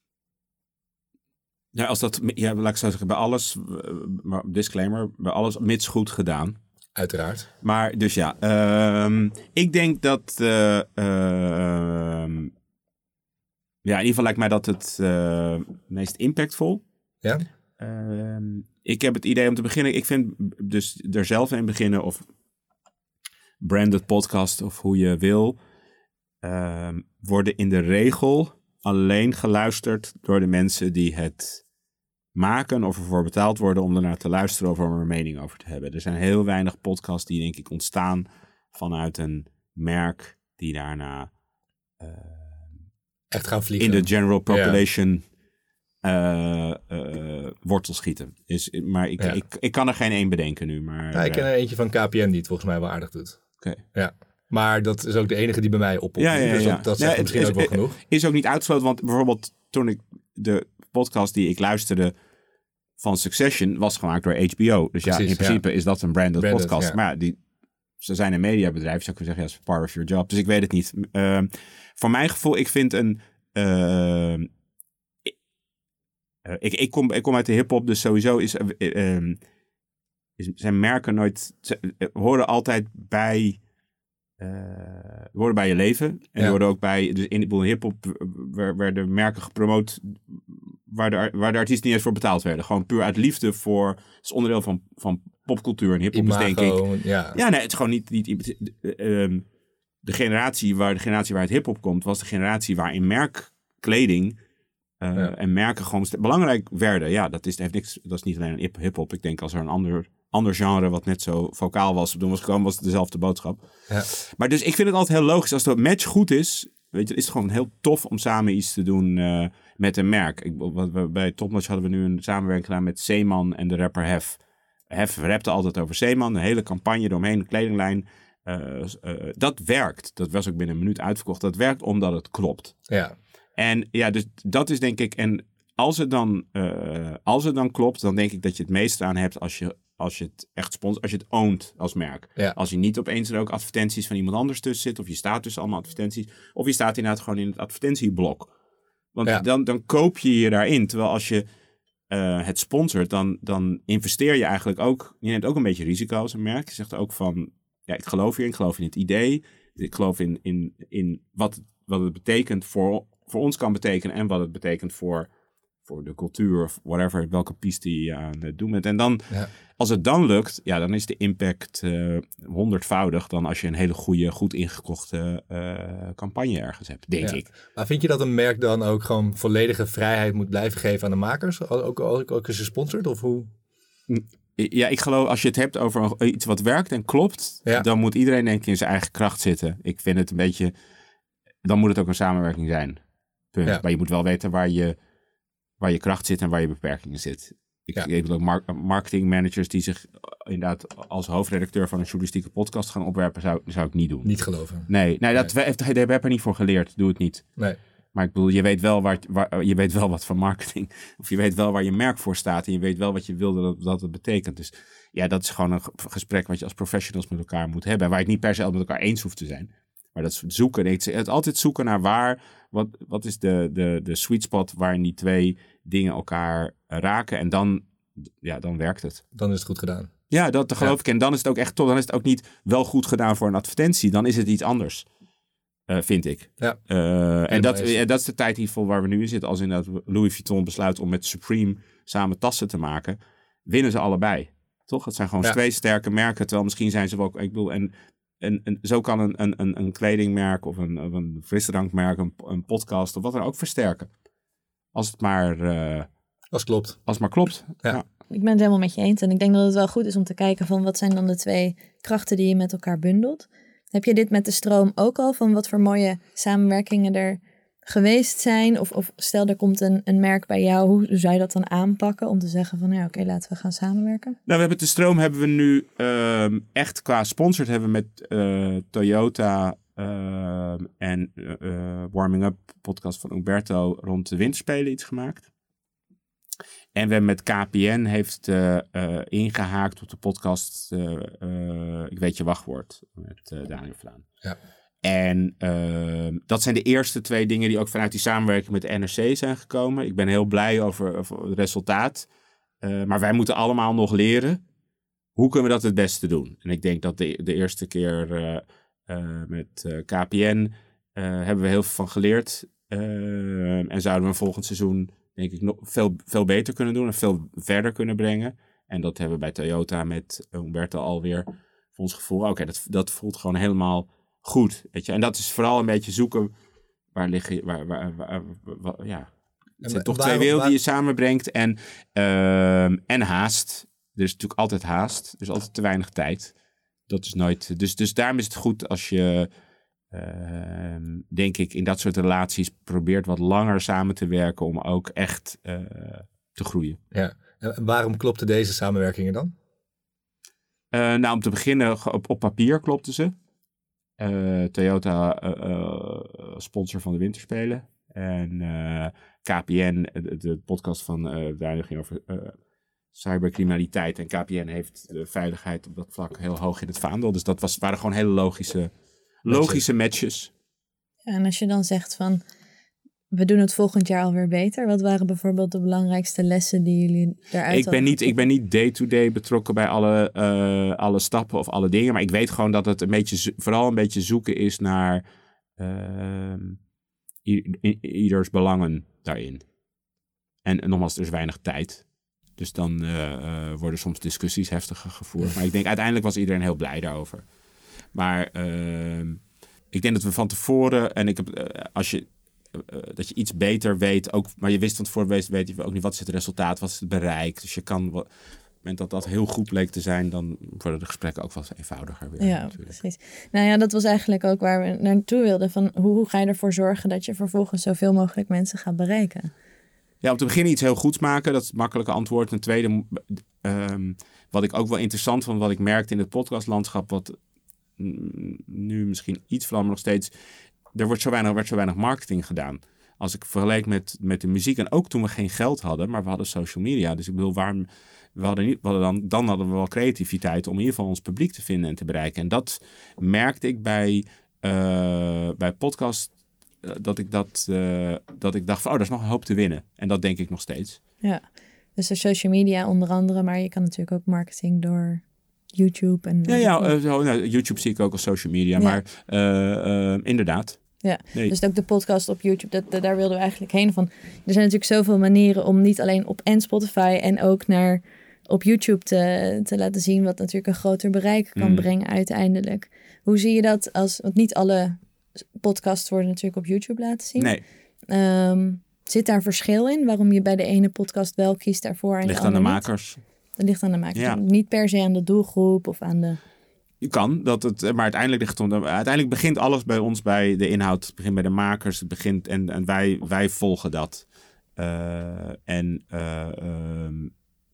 ja, als dat, ja, laat ik zo zeggen, bij alles, uh, disclaimer, bij alles mits goed gedaan. Uiteraard. Maar dus ja, um, ik denk dat, uh, uh, ja, in ieder geval lijkt mij dat het uh, meest impactvol. Ja? Uh, ik heb het idee om te beginnen, ik vind dus er zelf in beginnen of branded podcast of hoe je wil, uh, worden in de regel alleen geluisterd door de mensen die het maken of ervoor betaald worden om ernaar te luisteren of om er een mening over te hebben. Er zijn heel weinig podcasts die denk ik ontstaan vanuit een merk die daarna uh, echt gaan vliegen. in de general population ja. uh, uh, wortel schieten. Is, maar ik, ja. ik, ik kan er geen één bedenken nu. Maar, ja, ik ken er eentje van K P N die het volgens mij wel aardig doet. Oké. Okay. Ja. Maar dat is ook de enige die bij mij oppopt. Ja, ja, ja, dus ja. dat, dat zegt ja, misschien is, ook wel genoeg. Is ook niet uitgesloten, want bijvoorbeeld toen ik de podcast die ik luisterde van Succession was gemaakt door H B O. Dus Precies, ja, in principe ja. is dat een branded, branded podcast. Ja. Maar ja, die, ze zijn een mediabedrijf, zou ik zeggen, ja, is part of your job. Dus ik weet het niet. Uh, voor mijn gevoel, ik vind een... Uh, ik, ik, kom, ik kom uit de hiphop, dus sowieso is, uh, uh, is, zijn merken nooit... Ze, uh, horen altijd bij... Uh, horen bij je leven. En ja. horen ook bij... Dus in, in hiphop werden merken gepromoot waar de, waar de artiesten niet eens voor betaald werden. Gewoon puur uit liefde voor... Het is onderdeel van, van popcultuur en hiphop is denk ik... Ja. ja, nee, het is gewoon niet... niet uh, um, de generatie waar de generatie waar het hip-hop komt, was de generatie waarin merkkleding uh, ja. en merken gewoon st- belangrijk werden. Ja, dat is, heeft niks, dat is niet alleen een hip-hop. Ik denk als er een ander, ander genre wat net zo vocaal was, toen was gekomen, was het dezelfde boodschap. Ja. Maar dus ik vind het altijd heel logisch. Als de match goed is, weet je, is het gewoon heel tof om samen iets te doen uh, met een merk. Ik, wat, we, bij Topnotch hadden we nu een samenwerking gedaan met Zeeman en de rapper Hef. Hef rapte altijd over Zeeman, een hele campagne eromheen, een kledinglijn. Uh, uh, dat werkt. Dat was ook binnen een minuut uitverkocht. Dat werkt omdat het klopt. Ja. En ja, dus dat is denk ik... En als het dan, uh, als het dan klopt, dan denk ik dat je het meest aan hebt als je, als je het echt sponsort, als je het oont als merk. Ja. Als je niet opeens er ook advertenties van iemand anders tussen zit, of je staat tussen allemaal advertenties, of je staat inderdaad gewoon in het advertentieblok. Want ja. dan, dan koop je je daarin. Terwijl als je uh, het sponsort, dan, dan investeer je eigenlijk ook, je neemt ook een beetje risico als een merk. Je zegt ook van, ja, ik geloof hierin, ik geloof in het idee. Ik geloof in, in, in wat, wat het betekent voor, voor ons kan betekenen en wat het betekent voor, voor de cultuur of whatever, welke piste je aan het doen bent. En dan, ja. als het dan lukt, ja, dan is de impact uh, honderdvoudig dan als je een hele goede, goed ingekochte uh, campagne ergens hebt, denk ja. ik. Maar vind je dat een merk dan ook gewoon volledige vrijheid moet blijven geven aan de makers? Ook, ook, ook als je sponsort, of hoe? Ja, ik geloof als je het hebt over iets wat werkt en klopt, ja. dan moet iedereen denk ik in zijn eigen kracht zitten. Ik vind het een beetje, dan moet het ook een samenwerking zijn. Punt. Ja. Maar je moet wel weten waar je, waar je kracht zit en waar je beperkingen zit. Ik ja. heb ook mar- marketingmanagers die zich inderdaad als hoofdredacteur van een journalistieke podcast gaan opwerpen, zou, zou ik niet doen. Niet geloven. Nee, nee, dat, nee. We, we hebben er niet voor geleerd. Doe het niet. Nee. Maar ik bedoel, je weet wel waar, waar je weet wel wat van marketing. Of je weet wel waar je merk voor staat. En je weet wel wat je wil dat, dat het betekent. Dus ja, dat is gewoon een gesprek wat je als professionals met elkaar moet hebben. Waar je het niet per se met elkaar eens hoeft te zijn. Maar dat is zoeken. Het altijd zoeken naar waar. Wat, wat is de, de, de sweet spot waarin die twee dingen elkaar raken. En dan, ja, dan werkt het. Dan is het goed gedaan. Ja, dat geloof ja. ik. En dan is het ook echt tof. Dan is het ook niet wel goed gedaan voor een advertentie. Dan is het iets anders. Uh, vind ik. Ja. Uh, en dat, uh, dat is de tijd in ieder geval waar we nu in zitten. Als inderdaad Louis Vuitton besluit om met Supreme samen tassen te maken, winnen ze allebei. Toch? Het zijn gewoon ja. twee sterke merken. Terwijl misschien zijn ze wel ook... Ik bedoel, en, en, en zo kan een, een, een kledingmerk of een, of een frisdrankmerk, een, een podcast of wat dan ook versterken. Als het maar... Uh, als het klopt. Als het maar klopt. Ja. Ja. Ik ben het helemaal met je eens. En ik denk dat het wel goed is om te kijken van wat zijn dan de twee krachten die je met elkaar bundelt. Heb je dit met de stroom ook al? Van wat voor mooie samenwerkingen er geweest zijn? Of, of stel, er komt een, een merk bij jou. Hoe zou je dat dan aanpakken? Om te zeggen van, ja, oké, okay, laten we gaan samenwerken. Nou, we hebben de stroom hebben we nu uh, echt qua sponsor hebben we met uh, Toyota uh, en uh, Warming Up, podcast van Umberto, rond de winterspelen iets gemaakt. En we hebben met K P N heeft uh, uh, ingehaakt op de podcast uh, uh, Ik weet je wachtwoord met uh, Daniel Vlaan. Ja. En uh, dat zijn de eerste twee dingen die ook vanuit die samenwerking met de N R C zijn gekomen. Ik ben heel blij over, over het resultaat. Uh, maar wij moeten allemaal nog leren. Hoe kunnen we dat het beste doen? En ik denk dat de, de eerste keer uh, uh, met uh, K P N uh, hebben we heel veel van geleerd. Uh, en zouden we een volgend seizoen denk ik nog veel, veel beter kunnen doen en veel verder kunnen brengen. En dat hebben we bij Toyota met Umberto alweer voor ons gevoel. Oké, okay, dat, dat voelt gewoon helemaal goed. Weet je? En dat is vooral een beetje zoeken waar liggen, waar, waar, waar, waar, waar ja. Het zijn toch twee werelden die je samenbrengt en, uh, en haast. Er is natuurlijk altijd haast. Er is altijd te weinig tijd. Dat is nooit. Dus, dus daarom is het goed als je, Uh, denk ik, in dat soort relaties probeert wat langer samen te werken om ook echt uh, te groeien. Ja. En waarom klopten deze samenwerkingen dan? Uh, nou, om te beginnen, op, op papier klopten ze. Uh, Toyota, uh, uh, sponsor van de winterspelen. En uh, K P N, de, de podcast van uh, Daniel ging over uh, cybercriminaliteit. En K P N heeft de veiligheid op dat vlak heel hoog in het vaandel. Dus dat was, waren gewoon hele logische... Logische matches. Ja, en als je dan zegt van, we doen het volgend jaar alweer beter. Wat waren bijvoorbeeld de belangrijkste lessen die jullie daaruit ik ben niet, Ik ben niet day-to-day betrokken bij alle, uh, alle stappen of alle dingen. Maar ik weet gewoon dat het een beetje, vooral een beetje zoeken is naar uh, i- i- ieders belangen daarin. En, en nogmaals, er is weinig tijd. Dus dan uh, uh, worden soms discussies heftiger gevoerd. Maar ik denk, uiteindelijk was iedereen heel blij daarover. Maar uh, ik denk dat we van tevoren... En ik heb, uh, als je... Uh, dat je iets beter weet, ook, maar je wist van tevoren, weet, weet je ook niet wat is het resultaat, wat is het bereik. Dus je kan... Wat, op het moment dat dat heel goed bleek te zijn, dan worden de gesprekken ook wat eenvoudiger weer. Ja, natuurlijk. Precies. Nou ja, dat was eigenlijk ook waar we naartoe wilden. Van hoe, hoe ga je ervoor zorgen dat je vervolgens zoveel mogelijk mensen gaat bereiken? Ja, om te beginnen iets heel goeds maken. Dat is het makkelijke antwoord. Ten tweede, um, wat ik ook wel interessant vond, wat ik merkte in het podcastlandschap, wat nu misschien iets van, maar nog steeds, er wordt zo weinig, werd zo weinig marketing gedaan. Als ik vergelijk met, met de muziek, en ook toen we geen geld hadden, maar we hadden social media. Dus ik bedoel, waarom... We hadden niet, we hadden dan, dan hadden we wel creativiteit om in ieder geval ons publiek te vinden en te bereiken. En dat merkte ik bij, uh, bij podcast, uh, dat, ik dat, uh, dat ik dacht van, oh, daar is nog een hoop te winnen. En dat denk ik nog steeds. Ja, dus de social media onder andere, maar je kan natuurlijk ook marketing door YouTube. En ja, ja uh, zo, nou, YouTube zie ik ook als social media, ja. maar uh, uh, inderdaad. Ja, nee. Dus ook de podcast op YouTube, dat, dat, daar wilden we eigenlijk heen van. Er zijn natuurlijk zoveel manieren om niet alleen op en Spotify en ook naar... op YouTube te, te laten zien, wat natuurlijk een groter bereik kan mm. brengen uiteindelijk. Hoe zie je dat als... Want niet alle podcasts worden natuurlijk op YouTube laten zien. Nee. Um, zit daar verschil in? Waarom je bij de ene podcast wel kiest daarvoor en ligt de aan de niet? makers. Dat ligt aan de makers. Ja. Niet per se aan de doelgroep of aan de... Je kan, dat het, maar uiteindelijk ligt het om... Uiteindelijk begint alles bij ons bij de inhoud. Het begint bij de makers. Het begint, en, en wij, wij volgen dat. Uh, en... Uh, um,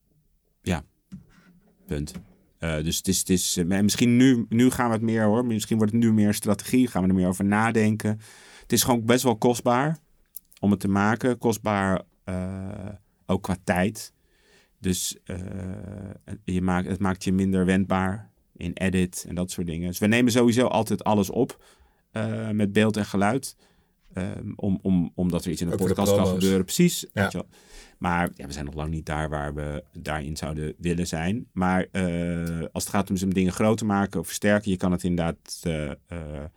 Ja, punt. Uh, dus het is, het is uh, misschien nu, nu gaan we het meer hoor. Misschien wordt het nu meer strategie. Gaan we er meer over nadenken. Het is gewoon best wel kostbaar om het te maken. Kostbaar uh, ook qua tijd. Dus uh, je maakt, het maakt je minder wendbaar in edit en dat soort dingen. Dus we nemen sowieso altijd alles op uh, met beeld en geluid. Um, om, om, omdat er iets in de ook podcast kan gebeuren. Precies. Ja. Weet je wel. Maar ja, we zijn nog lang niet daar waar we daarin zouden willen zijn. Maar uh, als het gaat om, om dingen groter maken of versterken, je kan het inderdaad... Uh, uh,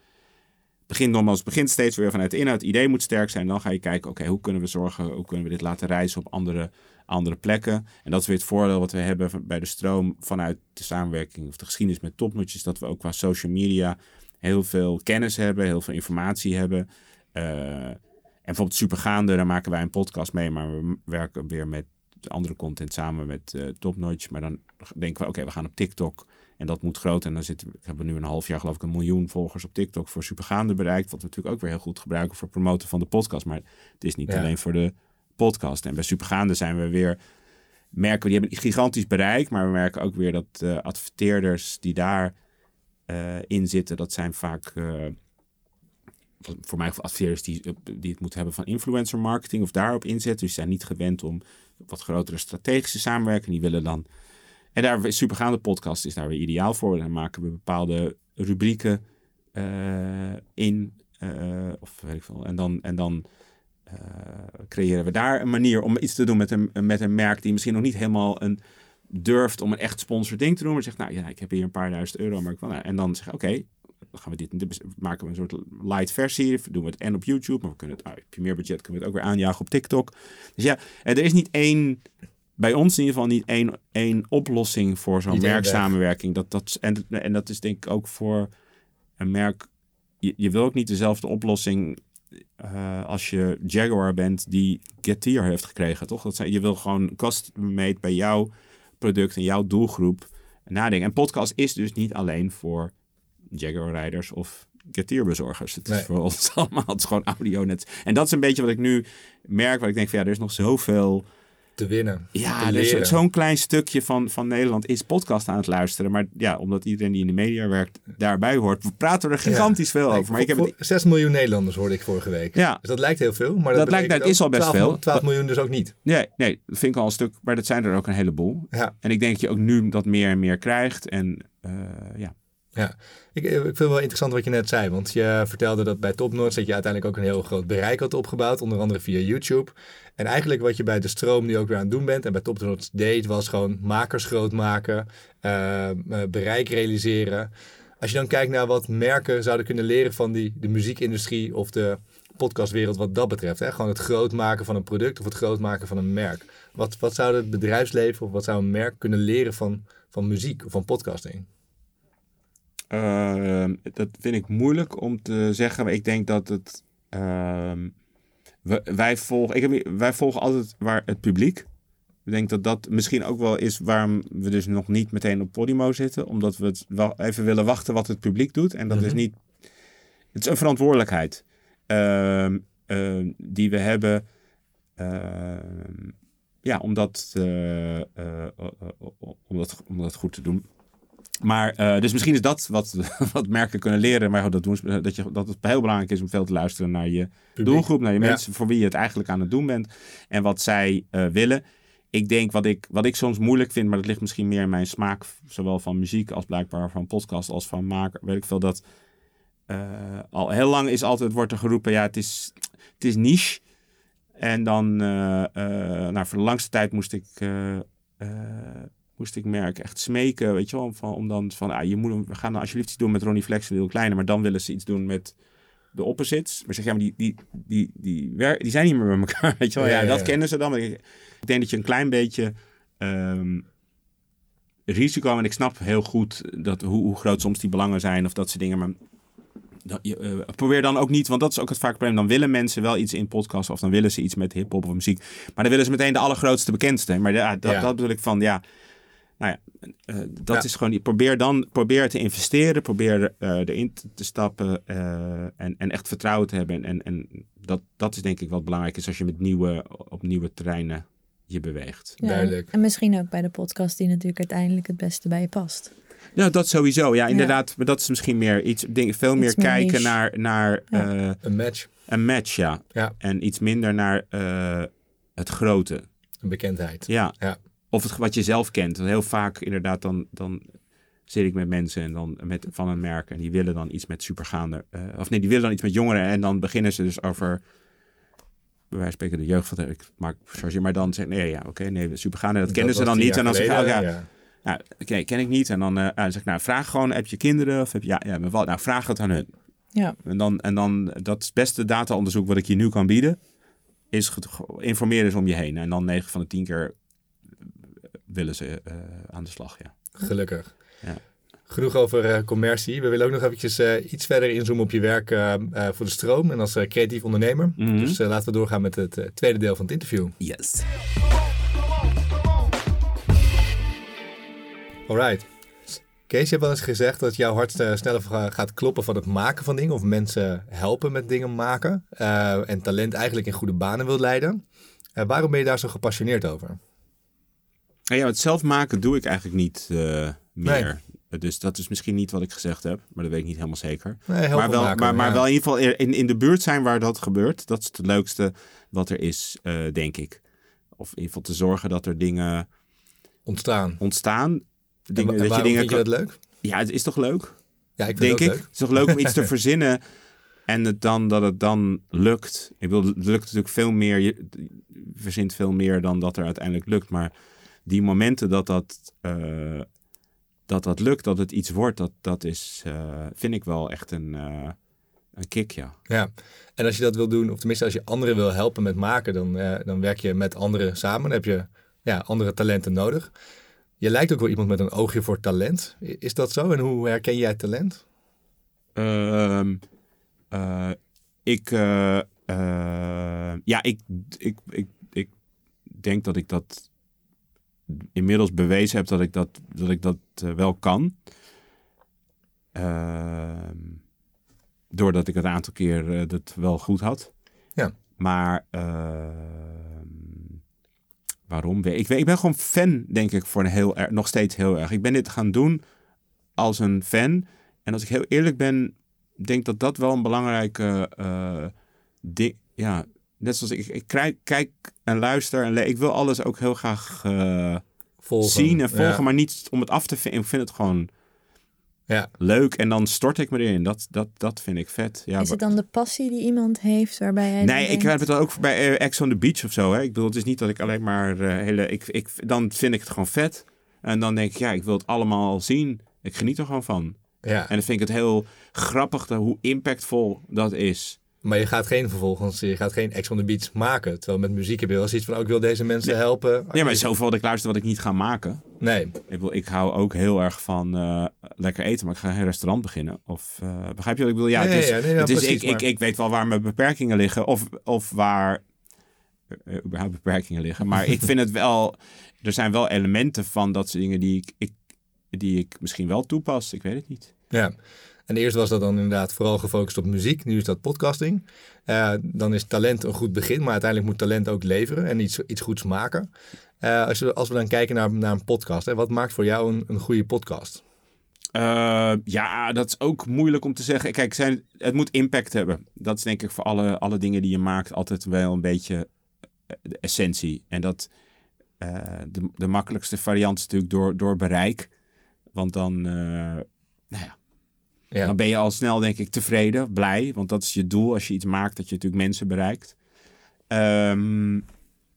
begint nogmaals, het begint steeds weer vanuit de inhoud. Het idee moet sterk zijn. Dan ga je kijken, oké, okay, hoe kunnen we zorgen, hoe kunnen we dit laten reizen op andere, andere plekken. En dat is weer het voordeel wat we hebben van, bij de Stroom vanuit de samenwerking of de geschiedenis met Topnotch, is dat we ook qua social media heel veel kennis hebben, heel veel informatie hebben. Uh, en bijvoorbeeld Supergaande, daar maken wij een podcast mee, maar we werken weer met andere content samen met uh, Topnotch. Maar dan denken we, oké, okay, we gaan op TikTok en dat moet groot. En dan zitten we, hebben we nu een half jaar geloof ik een miljoen volgers op TikTok voor Supergaande bereikt. Wat we natuurlijk ook weer heel goed gebruiken voor promoten van de podcast. Maar het is niet ja. alleen voor de podcast. En bij Supergaande zijn we weer, merken we, die hebben een gigantisch bereik. Maar we merken ook weer dat uh, adverteerders die daar uh, in zitten, dat zijn vaak... Uh, voor mij adverteerders die, die het moeten hebben van influencer marketing of daarop inzetten. Dus die zijn niet gewend om wat grotere strategische samenwerking. Die willen dan... En daar is Supergaande podcast is daar weer ideaal voor. Dan maken we bepaalde rubrieken uh, in. Uh, of weet ik veel. En dan, en dan uh, creëren we daar een manier om iets te doen met een, met een merk die misschien nog niet helemaal een durft om een echt sponsor ding te doen. Maar zegt, nou ja, ik heb hier een paar duizend euro. Maar ik wil, nou, en dan zeg oké. Okay, dan gaan we dit, dit maken we een soort light versie. Doen we het en op YouTube, maar we kunnen het, ah, heb je meer budget, kunnen we het ook weer aanjagen op TikTok. Dus ja, er is niet één, bij ons in ieder geval niet één, één oplossing voor zo'n merksamenwerking. Dat, dat, en, en dat is denk ik ook voor een merk, je, je wil ook niet dezelfde oplossing uh, als je Jaguar bent die Getir heeft gekregen, toch? Dat zijn, je wil gewoon custom-made bij jouw product en jouw doelgroep nadenken. En podcast is dus niet alleen voor Jaguar-rijders of Getir-bezorgers. Het is nee. voor ons allemaal, het is gewoon audio net. En dat is een beetje wat ik nu merk, waar ik denk van ja, er is nog zoveel te winnen. Ja, te er is zo'n klein stukje van, van Nederland is podcast aan het luisteren. Maar ja, omdat iedereen die in de media werkt daarbij hoort, we praten er gigantisch ja. veel over. Maar ik heb het... zes miljoen Nederlanders hoorde ik vorige week. Ja. Dus dat lijkt heel veel. Maar dat, dat lijkt, dat is al best twaalf, veel. twaalf miljoen dus ook niet. Nee, nee, dat vind ik al een stuk. Maar dat zijn er ook een heleboel. Ja. En ik denk dat je ook nu dat meer en meer krijgt. En uh, ja. Ja, ik, ik vind het wel interessant wat je net zei. Want je vertelde dat bij Topnotch dat je uiteindelijk ook een heel groot bereik had opgebouwd. Onder andere via YouTube. En eigenlijk wat je bij de Stroom nu ook weer aan het doen bent. En bij Topnotch deed was gewoon makers groot maken. Uh, bereik realiseren. Als je dan kijkt naar wat merken zouden kunnen leren van die, de muziekindustrie of de podcastwereld wat dat betreft. Hè? Gewoon het groot maken van een product of het groot maken van een merk. Wat, wat zou het bedrijfsleven of wat zou een merk kunnen leren van, van muziek of van podcasting? Uh, dat vind ik moeilijk om te zeggen. Maar ik denk dat het... Uh, we, wij, volgen, ik heb, wij volgen altijd waar het publiek. Ik denk dat dat misschien ook wel is waarom we dus nog niet meteen op Podimo zitten. Omdat we het wel even willen wachten wat het publiek doet. En dat mm-hmm. is niet... Het is een verantwoordelijkheid uh, uh, die we hebben... Uh, ja, om dat, uh, uh, uh, uh, om, dat, om dat goed te doen. Maar, uh, dus misschien is dat wat, wat merken kunnen leren. Maar dat, doen, dat, je, dat het heel belangrijk is om veel te luisteren naar je publiek. Doelgroep. Naar je ja. mensen voor wie je het eigenlijk aan het doen bent. En wat zij uh, willen. Ik denk wat ik, wat ik soms moeilijk vind, maar dat ligt misschien meer in mijn smaak. Zowel van muziek als blijkbaar van podcast als van maken. Weet ik veel dat... Uh, al heel lang is altijd, wordt er geroepen, ja, het is, het is niche. En dan, uh, uh, nou, voor de langste tijd moest ik, uh, uh, moest ik merken, echt smeken, weet je wel, van, om dan van, ah, je moet, we gaan dan alsjeblieft iets doen met Ronnie Flex, heel kleiner, maar dan willen ze iets doen met de opposites. Maar zeg, ja, maar die, die, die, die, die, die zijn niet meer met elkaar, weet je wel. Ja, ja, dat ja. kennen ze dan. Maar ik, ik denk dat je een klein beetje um, risico, en ik snap heel goed dat, hoe, hoe groot soms die belangen zijn of dat soort dingen, maar dan, uh, probeer dan ook niet, want dat is ook het vaak probleem. Dan willen mensen wel iets in podcasts of dan willen ze iets met hiphop of muziek. Maar dan willen ze meteen de allergrootste bekendste. Maar ja, dat, ja. dat bedoel ik van, ja, nou ja, uh, dat ja. is gewoon, probeer dan, probeer te investeren, probeer uh, erin te stappen uh, en, en echt vertrouwen te hebben. En, en dat, dat is denk ik wat belangrijk is als je met nieuwe, op nieuwe terreinen je beweegt. Ja, Duidelijk. En misschien ook bij de podcast die natuurlijk uiteindelijk het beste bij je past. Ja, dat sowieso. Ja, inderdaad. Ja. Maar dat is misschien meer iets, denk, veel meer, meer kijken niche. naar, naar ja. uh, een match. Een match, ja. ja. En iets minder naar uh, het grote. Een bekendheid. Ja. ja. Of het, wat je zelf kent. Want heel vaak inderdaad dan, dan zit ik met mensen en dan met, van een merk en die willen dan iets met supergaande. Uh, of nee, die willen dan iets met jongeren en dan beginnen ze dus over, bij wijze van spreken de jeugd van, ik maak chargeer, maar dan zeggen nee, ja, oké, okay, nee, supergaande, dat, dat kennen ze dan niet. En dan zeg ik, oh, ja, ja. Nou, okay, ken ik niet. En dan, uh, dan zeg ik, nou, vraag gewoon, heb je kinderen? Of heb je, ja, ja, maar wat? Nou, vraag het aan hun. Ja. En dan, en dan, dat is het beste data-onderzoek wat ik je nu kan bieden, is informeren eens om je heen. En dan negen van de tien keer willen ze uh, aan de slag, ja. Gelukkig. Ja. Genoeg over uh, commercie. We willen ook nog eventjes uh, iets verder inzoomen op je werk uh, uh, voor de Stroom en als uh, creatief ondernemer. Mm-hmm. Dus uh, laten we doorgaan met het uh, tweede deel van het interview. Yes. Alright. Kees, je hebt wel eens gezegd dat jouw hart uh, sneller gaat kloppen van het maken van dingen of mensen helpen met dingen maken uh, en talent eigenlijk in goede banen wil leiden. Uh, waarom ben je daar zo gepassioneerd over? Ja, het zelf maken doe ik eigenlijk niet uh, meer. Nee. Dus dat is misschien niet wat ik gezegd heb, maar dat weet ik niet helemaal zeker. Nee, maar wel, maken, maar, maar ja. wel in ieder geval in, in de buurt zijn waar dat gebeurt. Dat is het leukste wat er is, uh, denk ik. Of in ieder geval te zorgen dat er dingen ontstaan. ontstaan. Dingen, en, en dat je dingen vind je dat leuk? Ja, het is toch leuk? Ja, ik vind denk het ook ik. leuk. Het is toch leuk om iets te verzinnen en het dan, dat het dan lukt. Ik bedoel, het lukt natuurlijk veel meer. Je verzint veel meer dan dat er uiteindelijk lukt. Maar die momenten dat dat, uh, dat, dat lukt, dat het iets wordt, dat, dat is, uh, vind ik wel echt een, uh, een kick, ja. Ja, en als je dat wil doen, of tenminste als je anderen wil helpen met maken, dan, uh, dan werk je met anderen samen. Dan heb je ja, andere talenten nodig. Je lijkt ook wel iemand met een oogje voor talent. Is dat zo? En hoe herken jij talent? Uh, uh, ik, uh, uh, ja, ik, ik, ik, ik denk dat ik dat inmiddels bewezen heb dat ik dat, dat, ik dat uh, wel kan. Uh, doordat ik het een aantal keer uh, dat wel goed had. Ja. Maar uh, waarom? Ik, ik ben gewoon fan, denk ik, voor een heel erg, nog steeds heel erg. Ik ben dit gaan doen als een fan. En als ik heel eerlijk ben, denk dat dat wel een belangrijke uh, ding. Ja, net zoals ik, ik krijg, kijk en luister en le- ik wil alles ook heel graag uh, volgen. zien en volgen, ja. Maar niet om het af te vinden. Ik vind het gewoon ja. leuk en dan stort ik me erin. Dat, dat, dat vind ik vet. Ja, is het dan de passie die iemand heeft waarbij hij... Nee, ik heb het dan ook bij uh, Ex on the Beach of zo. Hè? Ik bedoel, het is niet dat ik alleen maar uh, hele... Ik, ik, dan vind ik het gewoon vet. En dan denk ik, ja, ik wil het allemaal zien. Ik geniet er gewoon van. Ja. En dan vind ik het heel grappig de, hoe impactvol dat is. Maar je gaat geen vervolgens, je gaat geen Ex on the Beach maken. Terwijl met muziek heb je wel zoiets van, oh, ik wil deze mensen nee. helpen. Ja, maar zoveel dat ik luister wat ik niet ga maken. Nee, Nee. Ik, bedoel, ik hou ook heel erg van uh, lekker eten, maar ik ga geen restaurant beginnen. Of uh, begrijp je wat ik bedoel? Ja, nee, het is, ja, nee, ja, het is, precies, ik, ik, ik weet wel waar mijn beperkingen liggen. Of, of waar uh, überhaupt beperkingen liggen. Maar ik vind het wel... Er zijn wel elementen van dat soort dingen die ik, ik, die ik misschien wel toepas. Ik weet het niet. Ja. En eerst was dat dan inderdaad vooral gefocust op muziek. Nu is dat podcasting. Uh, dan is talent een goed begin. Maar uiteindelijk moet talent ook leveren en iets, iets goeds maken. Uh, als, we, als we dan kijken naar, naar een podcast. Hè, wat maakt voor jou een, een goede podcast? Uh, ja, dat is ook moeilijk om te zeggen. Kijk, zijn, het moet impact hebben. Dat is denk ik voor alle, alle dingen die je maakt altijd wel een beetje de essentie. En dat uh, de, de makkelijkste variant is natuurlijk door, door bereik. Want dan, uh, nou ja, ja, dan ben je al snel denk ik tevreden, blij. Want dat is je doel als je iets maakt, dat je natuurlijk mensen bereikt. Um,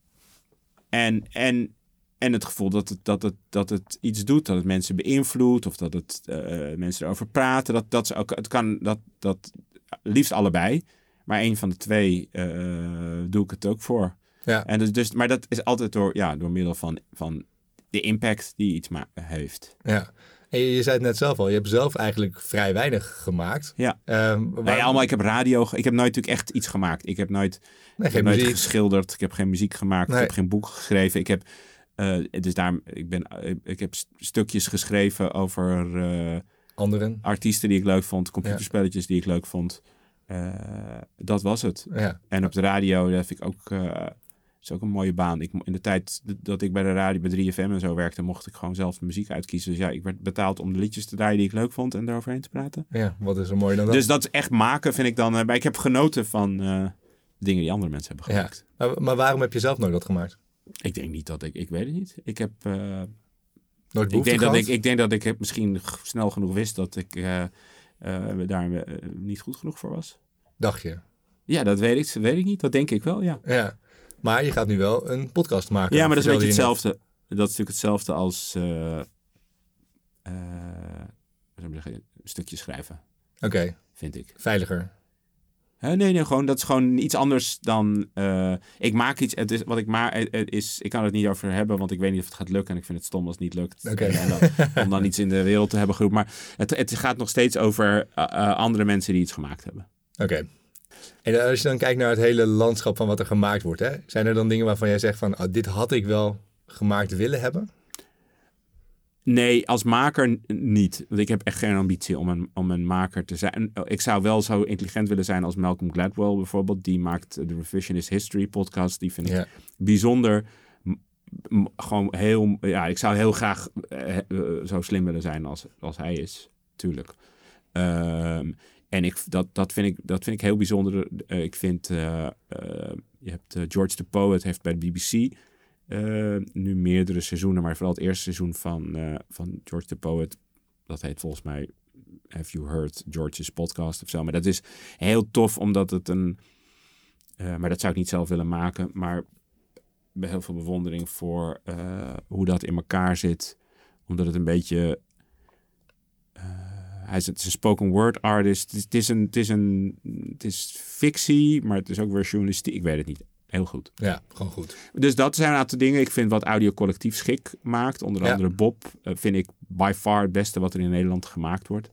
en, en, en het gevoel dat het, dat, het, dat het iets doet, dat het mensen beïnvloedt. Of dat het uh, mensen erover praten. Dat, dat, is ook, het kan dat, dat liefst allebei. Maar een van de twee uh, doe ik het ook voor. Ja. En dus, dus, maar dat is altijd door, ja, door middel van, van de impact die iets ma- heeft. Ja. En je, je zei het net zelf al, je hebt zelf eigenlijk vrij weinig gemaakt. Ja. Um, waar... nee, allemaal, ik heb radio, ik heb nooit natuurlijk echt iets gemaakt. Ik heb nooit, nee, ik heb nooit geschilderd, ik heb geen muziek gemaakt, nee. ik heb geen boek geschreven. Ik heb, uh, dus daar, ik ben, ik heb stukjes geschreven over uh, anderen, artiesten die ik leuk vond, computerspelletjes ja. die ik leuk vond. Uh, dat was het. Ja. En op de radio, dat vind ik ook... Uh, is ook een mooie baan. Ik, in de tijd dat ik bij de radio, bij drie F M en zo werkte, mocht ik gewoon zelf de muziek uitkiezen. Dus ja, ik werd betaald om de liedjes te draaien die ik leuk vond en daaroverheen te praten. Ja, wat is er mooi dan dat? Dus dat is echt maken, vind ik dan. Uh, maar ik heb genoten van uh, dingen die andere mensen hebben gemaakt. Ja. Maar, maar waarom heb je zelf nooit dat gemaakt? Ik denk niet dat ik, ik weet het niet. Ik heb... Uh, nooit ik denk gehad? dat ik, ik denk dat ik het misschien g- snel genoeg wist dat ik uh, uh, daar uh, niet goed genoeg voor was. Dacht je? Ja, dat weet ik, weet ik niet. Dat denk ik wel, ja. Ja. Maar je gaat nu wel een podcast maken. Ja, maar dat is een beetje hetzelfde. Net. Dat is natuurlijk hetzelfde als uh, uh, wat zou ik zeggen, een stukje schrijven. Oké. Okay. Vind ik. Veiliger. Uh, nee, nee, gewoon dat is gewoon iets anders dan. Uh, ik maak iets. Het is wat ik maak. Het is. Ik kan het niet over hebben, want ik weet niet of het gaat lukken en ik vind het stom als het niet lukt. Okay. En dan, om dan iets in de wereld te hebben geroepen. Maar het, het gaat nog steeds over uh, uh, andere mensen die iets gemaakt hebben. Oké. Okay. En als je dan kijkt naar het hele landschap van wat er gemaakt wordt, hè, zijn er dan dingen waarvan jij zegt van, oh, dit had ik wel gemaakt willen hebben? Nee, als maker n- niet. Want ik heb echt geen ambitie om een, om een maker te zijn. Ik zou wel zo intelligent willen zijn als Malcolm Gladwell bijvoorbeeld. Die maakt de Revisionist History podcast. Die vind ik ja. bijzonder. M- m- gewoon heel... Ja, ik zou heel graag uh, uh, zo slim willen zijn als, als hij is. Tuurlijk. Um, En ik, dat, dat, vind ik, dat vind ik heel bijzonder. Uh, ik vind, uh, uh, je hebt uh, George the Poet heeft bij de B B C uh, nu meerdere seizoenen, maar vooral het eerste seizoen van, uh, van George the Poet, dat heet volgens mij Have You Heard George's Podcast of zo. Maar dat is heel tof, omdat het een, uh, maar dat zou ik niet zelf willen maken, maar bij heel veel bewondering voor uh, hoe dat in elkaar zit, omdat het een beetje... Uh, Hij is, het is een spoken word artist. Het is, het, is een, het, is een, het is fictie, maar het is ook weer journalistiek. Ik weet het niet. Heel goed. Ja, gewoon goed. Dus dat zijn een aantal dingen. Ik vind wat Audio Collectief Schik maakt. Onder ja. andere Bob. Uh, vind ik by far het beste wat er in Nederland gemaakt wordt.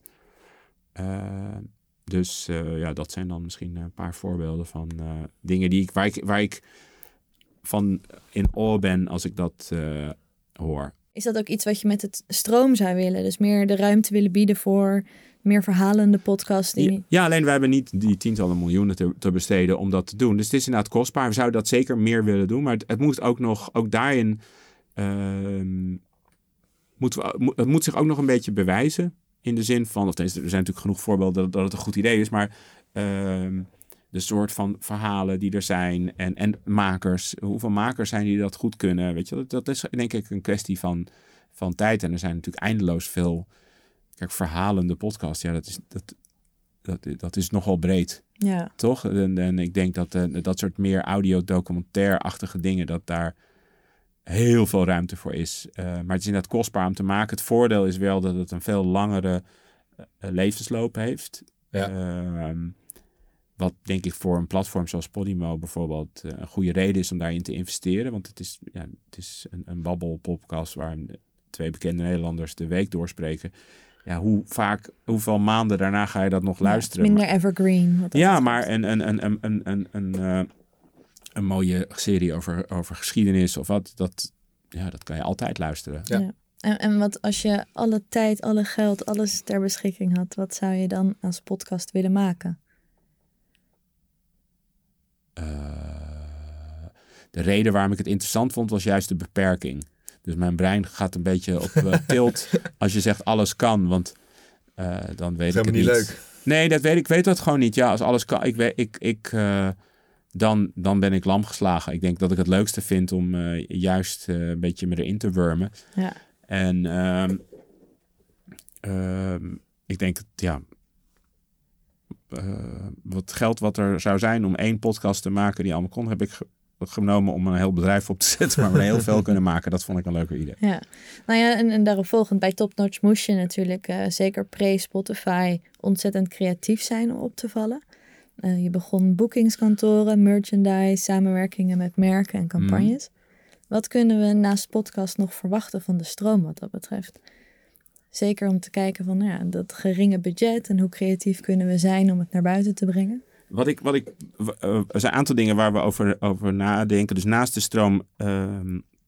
Uh, dus uh, ja, dat zijn dan misschien een paar voorbeelden van uh, dingen die ik, waar, ik, waar ik van in awe ben als ik dat uh, hoor. Is dat ook iets wat je met het stroom zou willen? Dus meer de ruimte willen bieden voor meer verhalende podcasts? Die... Ja, ja, alleen we hebben niet die tientallen miljoenen te, te besteden om dat te doen. Dus het is inderdaad kostbaar. We zouden dat zeker meer willen doen. Maar het, het moet ook nog, ook daarin, uh, moet, het moet zich ook nog een beetje bewijzen. In de zin van, of er zijn natuurlijk genoeg voorbeelden dat, dat het een goed idee is. Maar uh, de soort van verhalen die er zijn en, en makers. Hoeveel makers zijn die dat goed kunnen? Weet je, dat, dat is denk ik een kwestie van, van tijd. En er zijn natuurlijk eindeloos veel kijk, verhalende podcasts. Ja, dat is, dat, dat, dat is nogal breed. Ja. Toch? En, en ik denk dat uh, dat soort meer audio-documentaire-achtige dingen, dat daar heel veel ruimte voor is. Uh, maar het is inderdaad kostbaar om te maken. Het voordeel is wel dat het een veel langere uh, levensloop heeft. Ja. Uh, Wat denk ik voor een platform zoals Podimo bijvoorbeeld een goede reden is om daarin te investeren. Want het is, ja, het is een, een babbelpodcast waar twee bekende Nederlanders de week doorspreken. Ja, hoe vaak, hoeveel maanden daarna ga je dat nog luisteren? Ja, minder evergreen. Wat dat ja, betreft. maar een, een, een, een, een, een, een, uh, een mooie serie over, over geschiedenis of wat, dat, ja, dat kan je altijd luisteren. Ja. Ja. En, en wat als je alle tijd, alle geld, alles ter beschikking had, wat zou je dan als podcast willen maken? Uh, de reden waarom ik het interessant vond, was juist de beperking. Dus mijn brein gaat een beetje op uh, tilt als je zegt alles kan, want uh, dan weet Dat is ik het helemaal niet. niet leuk. Nee, dat weet ik. Ik weet dat gewoon niet. Ja, als alles kan, ik weet, ik, ik, uh, dan, dan ben ik lam geslagen. Ik denk dat ik het leukste vind om uh, juist uh, een beetje me erin te wurmen. Ja. En uh, uh, ik denk dat, ja, uh, wat geld wat er zou zijn om één podcast te maken die allemaal kon, heb ik ge- genomen om een heel bedrijf op te zetten, maar we heel veel kunnen maken. Dat vond ik een leuker idee. Ja, nou ja, en, en daarop volgend bij Top Notch moest je natuurlijk uh, zeker pre-Spotify ontzettend creatief zijn om op te vallen. Uh, je begon boekingskantoren, merchandise, samenwerkingen met merken en campagnes. Mm. Wat kunnen we naast podcast nog verwachten van de stroom wat dat betreft? Zeker om te kijken van nou ja, dat geringe budget en hoe creatief kunnen we zijn om het naar buiten te brengen. Wat ik, wat ik, uh, er zijn een aantal dingen waar we over, over nadenken. Dus naast de stroom uh,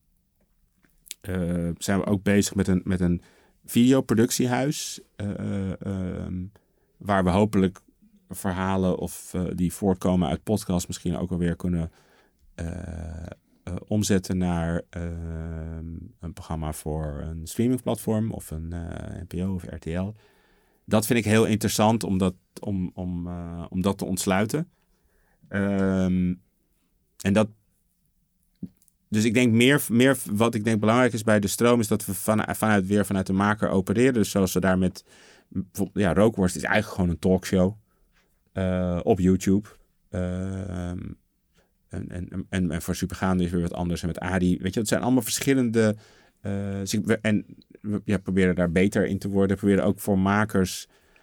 uh, zijn we ook bezig met een, met een videoproductiehuis. Uh, uh, waar we hopelijk verhalen of uh, die voortkomen uit podcasts misschien ook alweer kunnen uh, uh, omzetten naar uh, een programma voor een streamingplatform of een uh, N P O of R T L. Dat vind ik heel interessant om dat, om, om, uh, om dat te ontsluiten. Um, en dat. Dus ik denk meer, meer wat ik denk belangrijk is bij de stroom, is dat we van, vanuit weer vanuit de maker opereren. Dus zoals we daar met. Ja, Rookworst is eigenlijk gewoon een talkshow. Uh, op YouTube. Uh, en, en, en, en voor Supergaande is weer wat anders. En met Adi. Weet je, het zijn allemaal verschillende. Uh, dus ik, en we ja, proberen daar beter in te worden. We proberen ook voor makers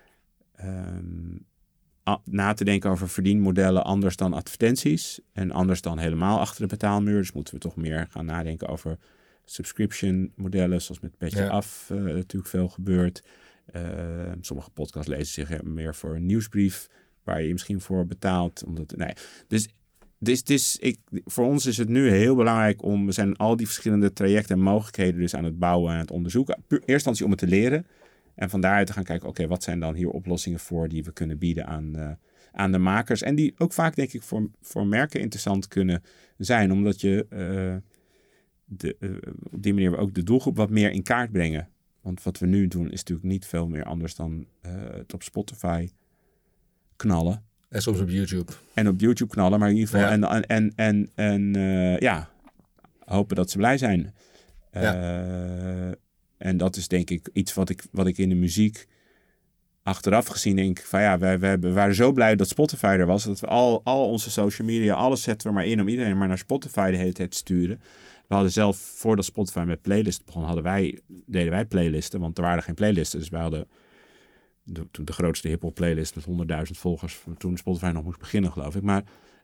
um, a, na te denken over verdienmodellen anders dan advertenties. En anders dan helemaal achter de betaalmuur. Dus moeten we toch meer gaan nadenken over subscription modellen. Zoals met Petje ja. Af uh, natuurlijk veel gebeurt. Uh, sommige podcasts lezen zich ja, meer voor een nieuwsbrief. Waar je misschien voor betaalt. Omdat, nee. Dus... Dus, dus ik, voor ons is het nu heel belangrijk om... We zijn al die verschillende trajecten en mogelijkheden dus aan het bouwen en het onderzoeken. Puur, eerst instantie om het te leren. En van daaruit te gaan kijken... Oké, okay, wat zijn dan hier oplossingen voor die we kunnen bieden aan, uh, aan de makers. En die ook vaak denk ik voor, voor merken interessant kunnen zijn. Omdat je uh, de, uh, op die manier ook de doelgroep wat meer in kaart brengen. Want wat we nu doen is natuurlijk niet veel meer anders dan uh, het op Spotify knallen. En soms op YouTube. En op YouTube knallen, maar in ieder geval... Ja. En, en, en, en uh, ja, hopen dat ze blij zijn. Uh, Ja. En dat is denk ik iets wat ik, wat ik in de muziek achteraf gezien denk... van ja, wij, wij, we waren zo blij dat Spotify er was... dat we al, al onze social media, alles zetten we maar in... om iedereen maar naar Spotify de hele tijd te sturen. We hadden zelf, voordat Spotify met playlist begon... Hadden wij, deden wij playlisten, want er waren geen playlisten. Dus wij hadden... De, toen de grootste hiphop playlist met honderdduizend volgers, toen Spotify nog moest beginnen, geloof ik. Maar,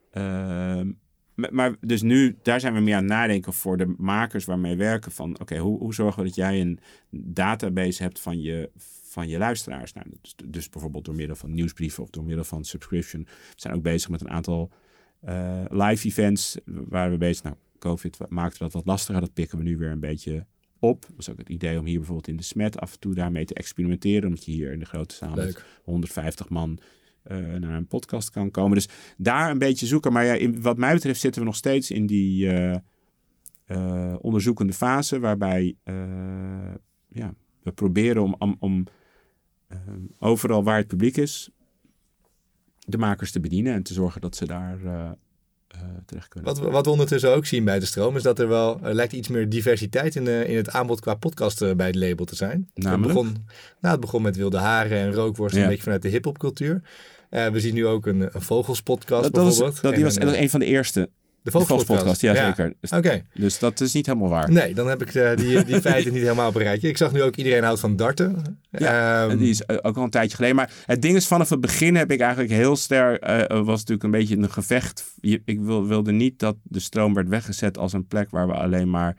uh, maar dus nu, daar zijn we mee aan het nadenken voor de makers waarmee we werken. Van oké, okay, hoe, hoe zorgen we dat jij een database hebt van je, van je luisteraars? Nou, dus, dus bijvoorbeeld door middel van nieuwsbrieven of door middel van subscription. We zijn ook bezig met een aantal uh, live events waar we bezig. Nou, COVID maakte dat wat lastiger. Dat pikken we nu weer een beetje op. Dat was ook het idee om hier bijvoorbeeld in de Smet af en toe daarmee te experimenteren. Omdat je hier in de grote zaal met honderdvijftig man uh, naar een podcast kan komen. Dus daar een beetje zoeken. Maar ja, in, wat mij betreft zitten we nog steeds in die uh, uh, onderzoekende fase. Waarbij uh, ja, we proberen om, om, om uh, overal waar het publiek is, de makers te bedienen. En te zorgen dat ze daar... Uh, Uh, terecht kunnen. Wat, wat we ondertussen ook zien bij de stroom is dat er wel uh, lijkt iets meer diversiteit in, uh, in het aanbod qua podcast uh, bij het label te zijn. Namelijk? Het begon, nou, het begon met Wilde Haren en Rookworst, ja. Een beetje vanuit de hiphopcultuur. Uh, we zien nu ook een, een Vogels podcast dat, bijvoorbeeld. Dat, was, dat, die was een, een van de eerste. De Vogels podcast, ja, ja zeker. Dus, okay. dus dat is niet helemaal waar. Nee, dan heb ik uh, die, die feiten niet helemaal op een rijtje. Ik zag nu ook iedereen houdt van darten. Ja, um, die is ook al een tijdje geleden. Maar het ding is, vanaf het begin heb ik eigenlijk heel sterk... Uh, was natuurlijk een beetje een gevecht. Ik wil, wilde niet dat de stroom werd weggezet als een plek waar we alleen maar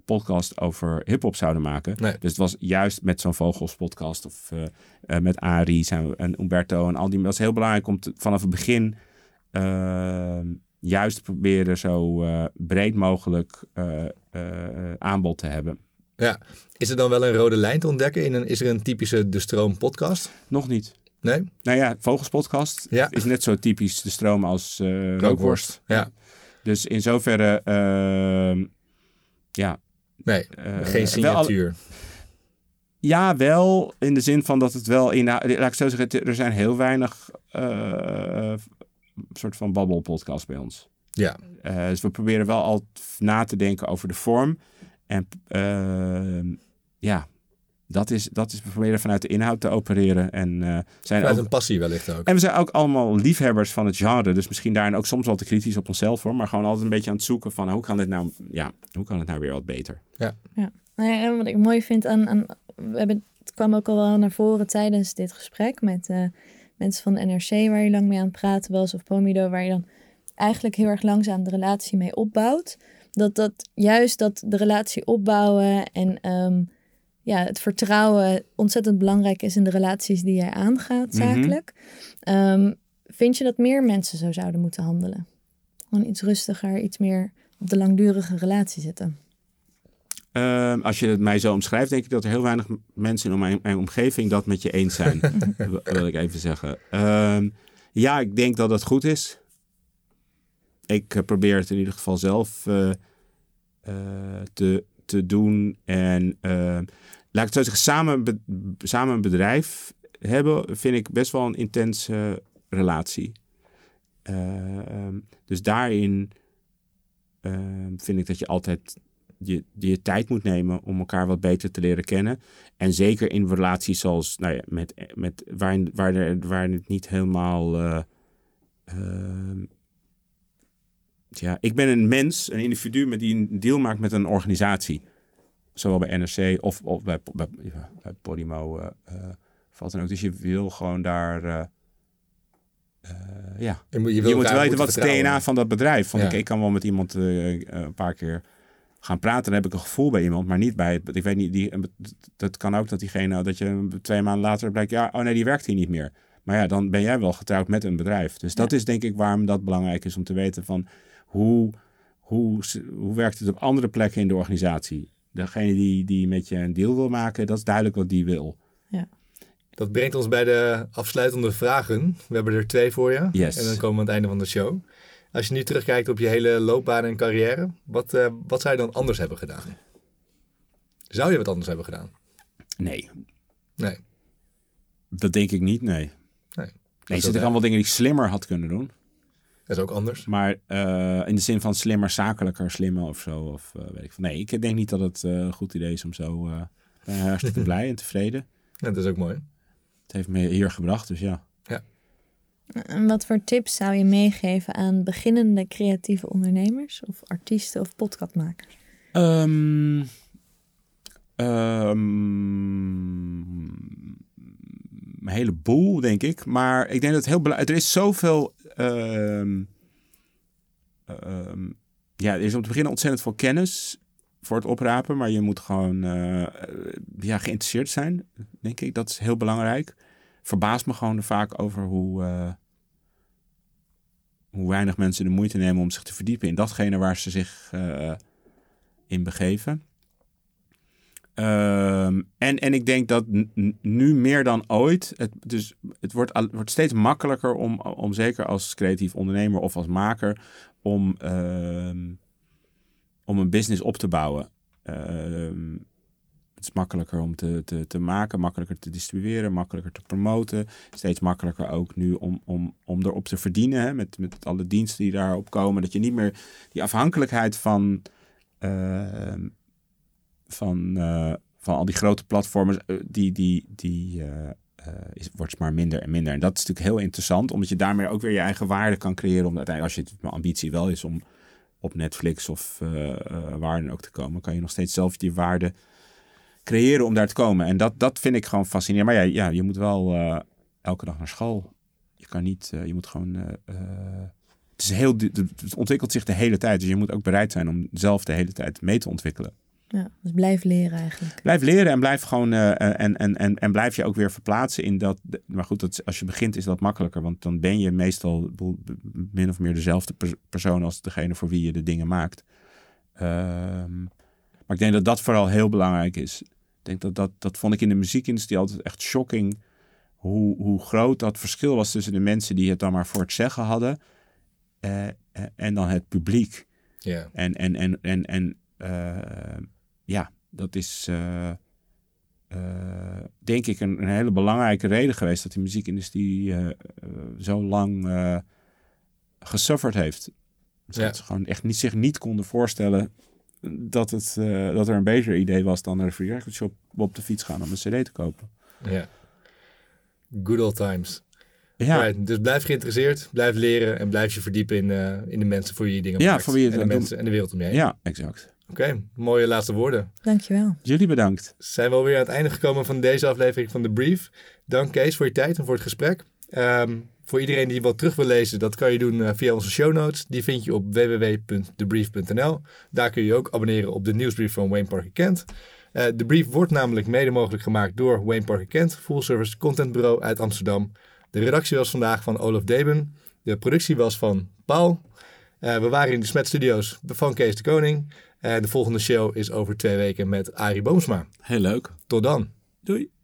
podcast over hiphop zouden maken. Nee. Dus het was juist met zo'n Vogels podcast of uh, uh, met Arie zijn we, en Umberto en al die. Het was heel belangrijk om te, vanaf het begin uh, juist te proberen zo uh, breed mogelijk uh, uh, aanbod te hebben. Ja. Is er dan wel een rode lijn te ontdekken? In een, is er een typische De Stroom podcast? Nog niet. Nee? Nou ja, Vogels podcast ja. is net zo typisch De Stroom als uh, rookworst. rookworst. Ja. Dus in zoverre, uh, ja. Nee, uh, geen signatuur. Wel, ja, wel in de zin van dat het wel in, laat ik zo zeggen, er zijn heel weinig uh, soort van babbelpodcasts bij ons. Ja. Uh, dus we proberen wel al na te denken over de vorm. En uh, ja, dat is, dat is we proberen vanuit de inhoud te opereren. En, uh, zijn vanuit ook, een passie wellicht ook. En we zijn ook allemaal liefhebbers van het genre. Dus misschien daarin ook soms wel te kritisch op onszelf hoor. Maar gewoon altijd een beetje aan het zoeken van hoe kan dit nou, ja, hoe kan het nou weer wat beter? Ja. Ja. Nou ja, en wat ik mooi vind aan, aan we hebben, het kwam ook al wel naar voren tijdens dit gesprek met uh, mensen van de N R C waar je lang mee aan het praten was, of Pomido, waar je dan eigenlijk heel erg langzaam de relatie mee opbouwt. Dat dat juist dat de relatie opbouwen en um, ja, het vertrouwen ontzettend belangrijk is in de relaties die jij aangaat zakelijk. Mm-hmm. Um, vind je dat meer mensen zo zouden moeten handelen? Gewoon iets rustiger, iets meer op de langdurige relatie zitten. Uh, als je het mij zo omschrijft, denk ik dat er heel weinig mensen in mijn, mijn omgeving dat met je eens zijn. wil ik even zeggen. Uh, ja, ik denk dat dat goed is. Ik uh, probeer het in ieder geval zelf uh, uh, te, te doen. En uh, laat ik het zo zeggen, samen, be, samen een bedrijf hebben vind ik best wel een intense relatie. Uh, um, dus daarin uh, vind ik dat je altijd je, je tijd moet nemen om elkaar wat beter te leren kennen. En zeker in relaties zoals nou ja, met, met, waarin, waar, er, waar het niet helemaal... Uh, uh, ja, ik ben een mens, een individu met die een deal maakt met een organisatie. Zowel bij N R C of, of bij, bij, ja, bij Podimo. Uh, uh, valt dan ook. Dus je wil gewoon daar... Uh, Uh, ja, je, je, je moet weten wat is het D N A van dat bedrijf. Want ja. ik, ik kan wel met iemand uh, uh, een paar keer gaan praten. Dan heb ik een gevoel bij iemand, maar niet bij... Ik weet niet, die, dat kan ook dat diegene... dat je twee maanden later blijkt... ja, oh nee, die werkt hier niet meer. Maar ja, dan ben jij wel getrouwd met een bedrijf. Dus dat ja. is denk ik waarom dat belangrijk is om te weten van... hoe, hoe, hoe werkt het op andere plekken in de organisatie? Degene die, die met je een deal wil maken, dat is duidelijk wat die wil. Ja. Dat brengt ons bij de afsluitende vragen. We hebben er twee voor je. Yes. En dan komen we aan het einde van de show. Als je nu terugkijkt op je hele loopbaan en carrière, wat, uh, wat zou je dan anders hebben gedaan? Zou je wat anders hebben gedaan? Nee. Nee. Dat denk ik niet, nee. Nee. Nee, er zitten allemaal dingen die ik slimmer had kunnen doen. Dat is ook anders. Maar uh, in de zin van slimmer, zakelijker, slimmer of zo. Of, uh, weet ik van. Nee, ik denk niet dat het uh, een goed idee is om zo... Uh, ben hartstikke blij en tevreden. Ja, dat is ook mooi. Het heeft me hier gebracht, dus ja. ja. En wat voor tips zou je meegeven aan beginnende creatieve ondernemers of artiesten of podcastmakers? Um, um, een heleboel, denk ik. Maar ik denk dat het heel belangrijk is. Er is zoveel... Um, um, ja, er is om te beginnen ontzettend veel kennis voor het oprapen, maar je moet gewoon uh, ja, geïnteresseerd zijn, denk ik. Dat is heel belangrijk. Verbaast me gewoon er vaak over hoe, uh, hoe weinig mensen de moeite nemen om zich te verdiepen in datgene waar ze zich uh, in begeven. Um, en, en ik denk dat n- nu meer dan ooit, het, dus het wordt, het wordt steeds makkelijker om, om zeker als creatief ondernemer of als maker, om... Uh, om een business op te bouwen. Uh, het is makkelijker om te, te, te maken, makkelijker te distribueren, makkelijker te promoten. Steeds makkelijker ook nu om, om, om erop te verdienen, hè, met, met alle diensten die daarop komen. Dat je niet meer die afhankelijkheid van, uh, van, uh, van al die grote platformen, uh, die, die, die uh, uh, is, wordt maar minder en minder. En dat is natuurlijk heel interessant, omdat je daarmee ook weer je eigen waarde kan creëren. Omdat als je het, mijn ambitie wel is om op Netflix of uh, uh, waar dan ook te komen, kan je nog steeds zelf die waarde creëren om daar te komen. En dat, dat vind ik gewoon fascinerend. Maar ja, ja je moet wel uh, elke dag naar school. Je kan niet, uh, je moet gewoon... Uh, uh, het, is heel, het ontwikkelt zich de hele tijd. Dus je moet ook bereid zijn om zelf de hele tijd mee te ontwikkelen. Ja, dus blijf leren eigenlijk. Blijf leren en blijf gewoon uh, en, en, en, en blijf je ook weer verplaatsen in dat. Maar goed, dat, als je begint is dat makkelijker, want dan ben je meestal min of meer dezelfde persoon als degene voor wie je de dingen maakt. Uh, maar ik denk dat dat vooral heel belangrijk is. Ik denk dat dat, dat vond ik in de muziekindustrie altijd echt shocking. Hoe, hoe groot dat verschil was tussen de mensen die het dan maar voor het zeggen hadden uh, en dan het publiek. Yeah. En, en, en, en, en uh, ja, dat is uh, uh, denk ik een, een hele belangrijke reden geweest dat die muziekindustrie uh, uh, zo lang uh, gesufferd heeft. Dus ja. Dat ze gewoon echt niet, zich niet konden voorstellen dat, het, uh, dat er een beter idee was dan naar de Free Record Shop op de fiets gaan om een cd te kopen. Ja. Good old times. Ja. Right, dus blijf geïnteresseerd, blijf leren en blijf je verdiepen in, uh, in de mensen voor wie je dingen ja, maakt. Voor wie je het en de doen. mensen en de wereld om je heen. Ja, exact. Oké, okay, mooie laatste woorden. Dankjewel. Jullie bedankt. Zijn we alweer aan het einde gekomen van deze aflevering van The Brief. Dank Kees voor je tijd en voor het gesprek. Um, voor iedereen die wat terug wil lezen, dat kan je doen uh, via onze show notes. Die vind je op w w w punt the brief punt n l. Daar kun je ook abonneren op de nieuwsbrief van Wayne Parker Kent. Uh, de brief wordt namelijk mede mogelijk gemaakt door Wayne Parker Kent, full service content bureau uit Amsterdam. De redactie was vandaag van Olaf Deben. De productie was van Paul. Uh, we waren in de Smet Studios van Kees de Koning. En uh, de volgende show is over twee weken met Arie Boomsma. Heel leuk. Tot dan. Doei.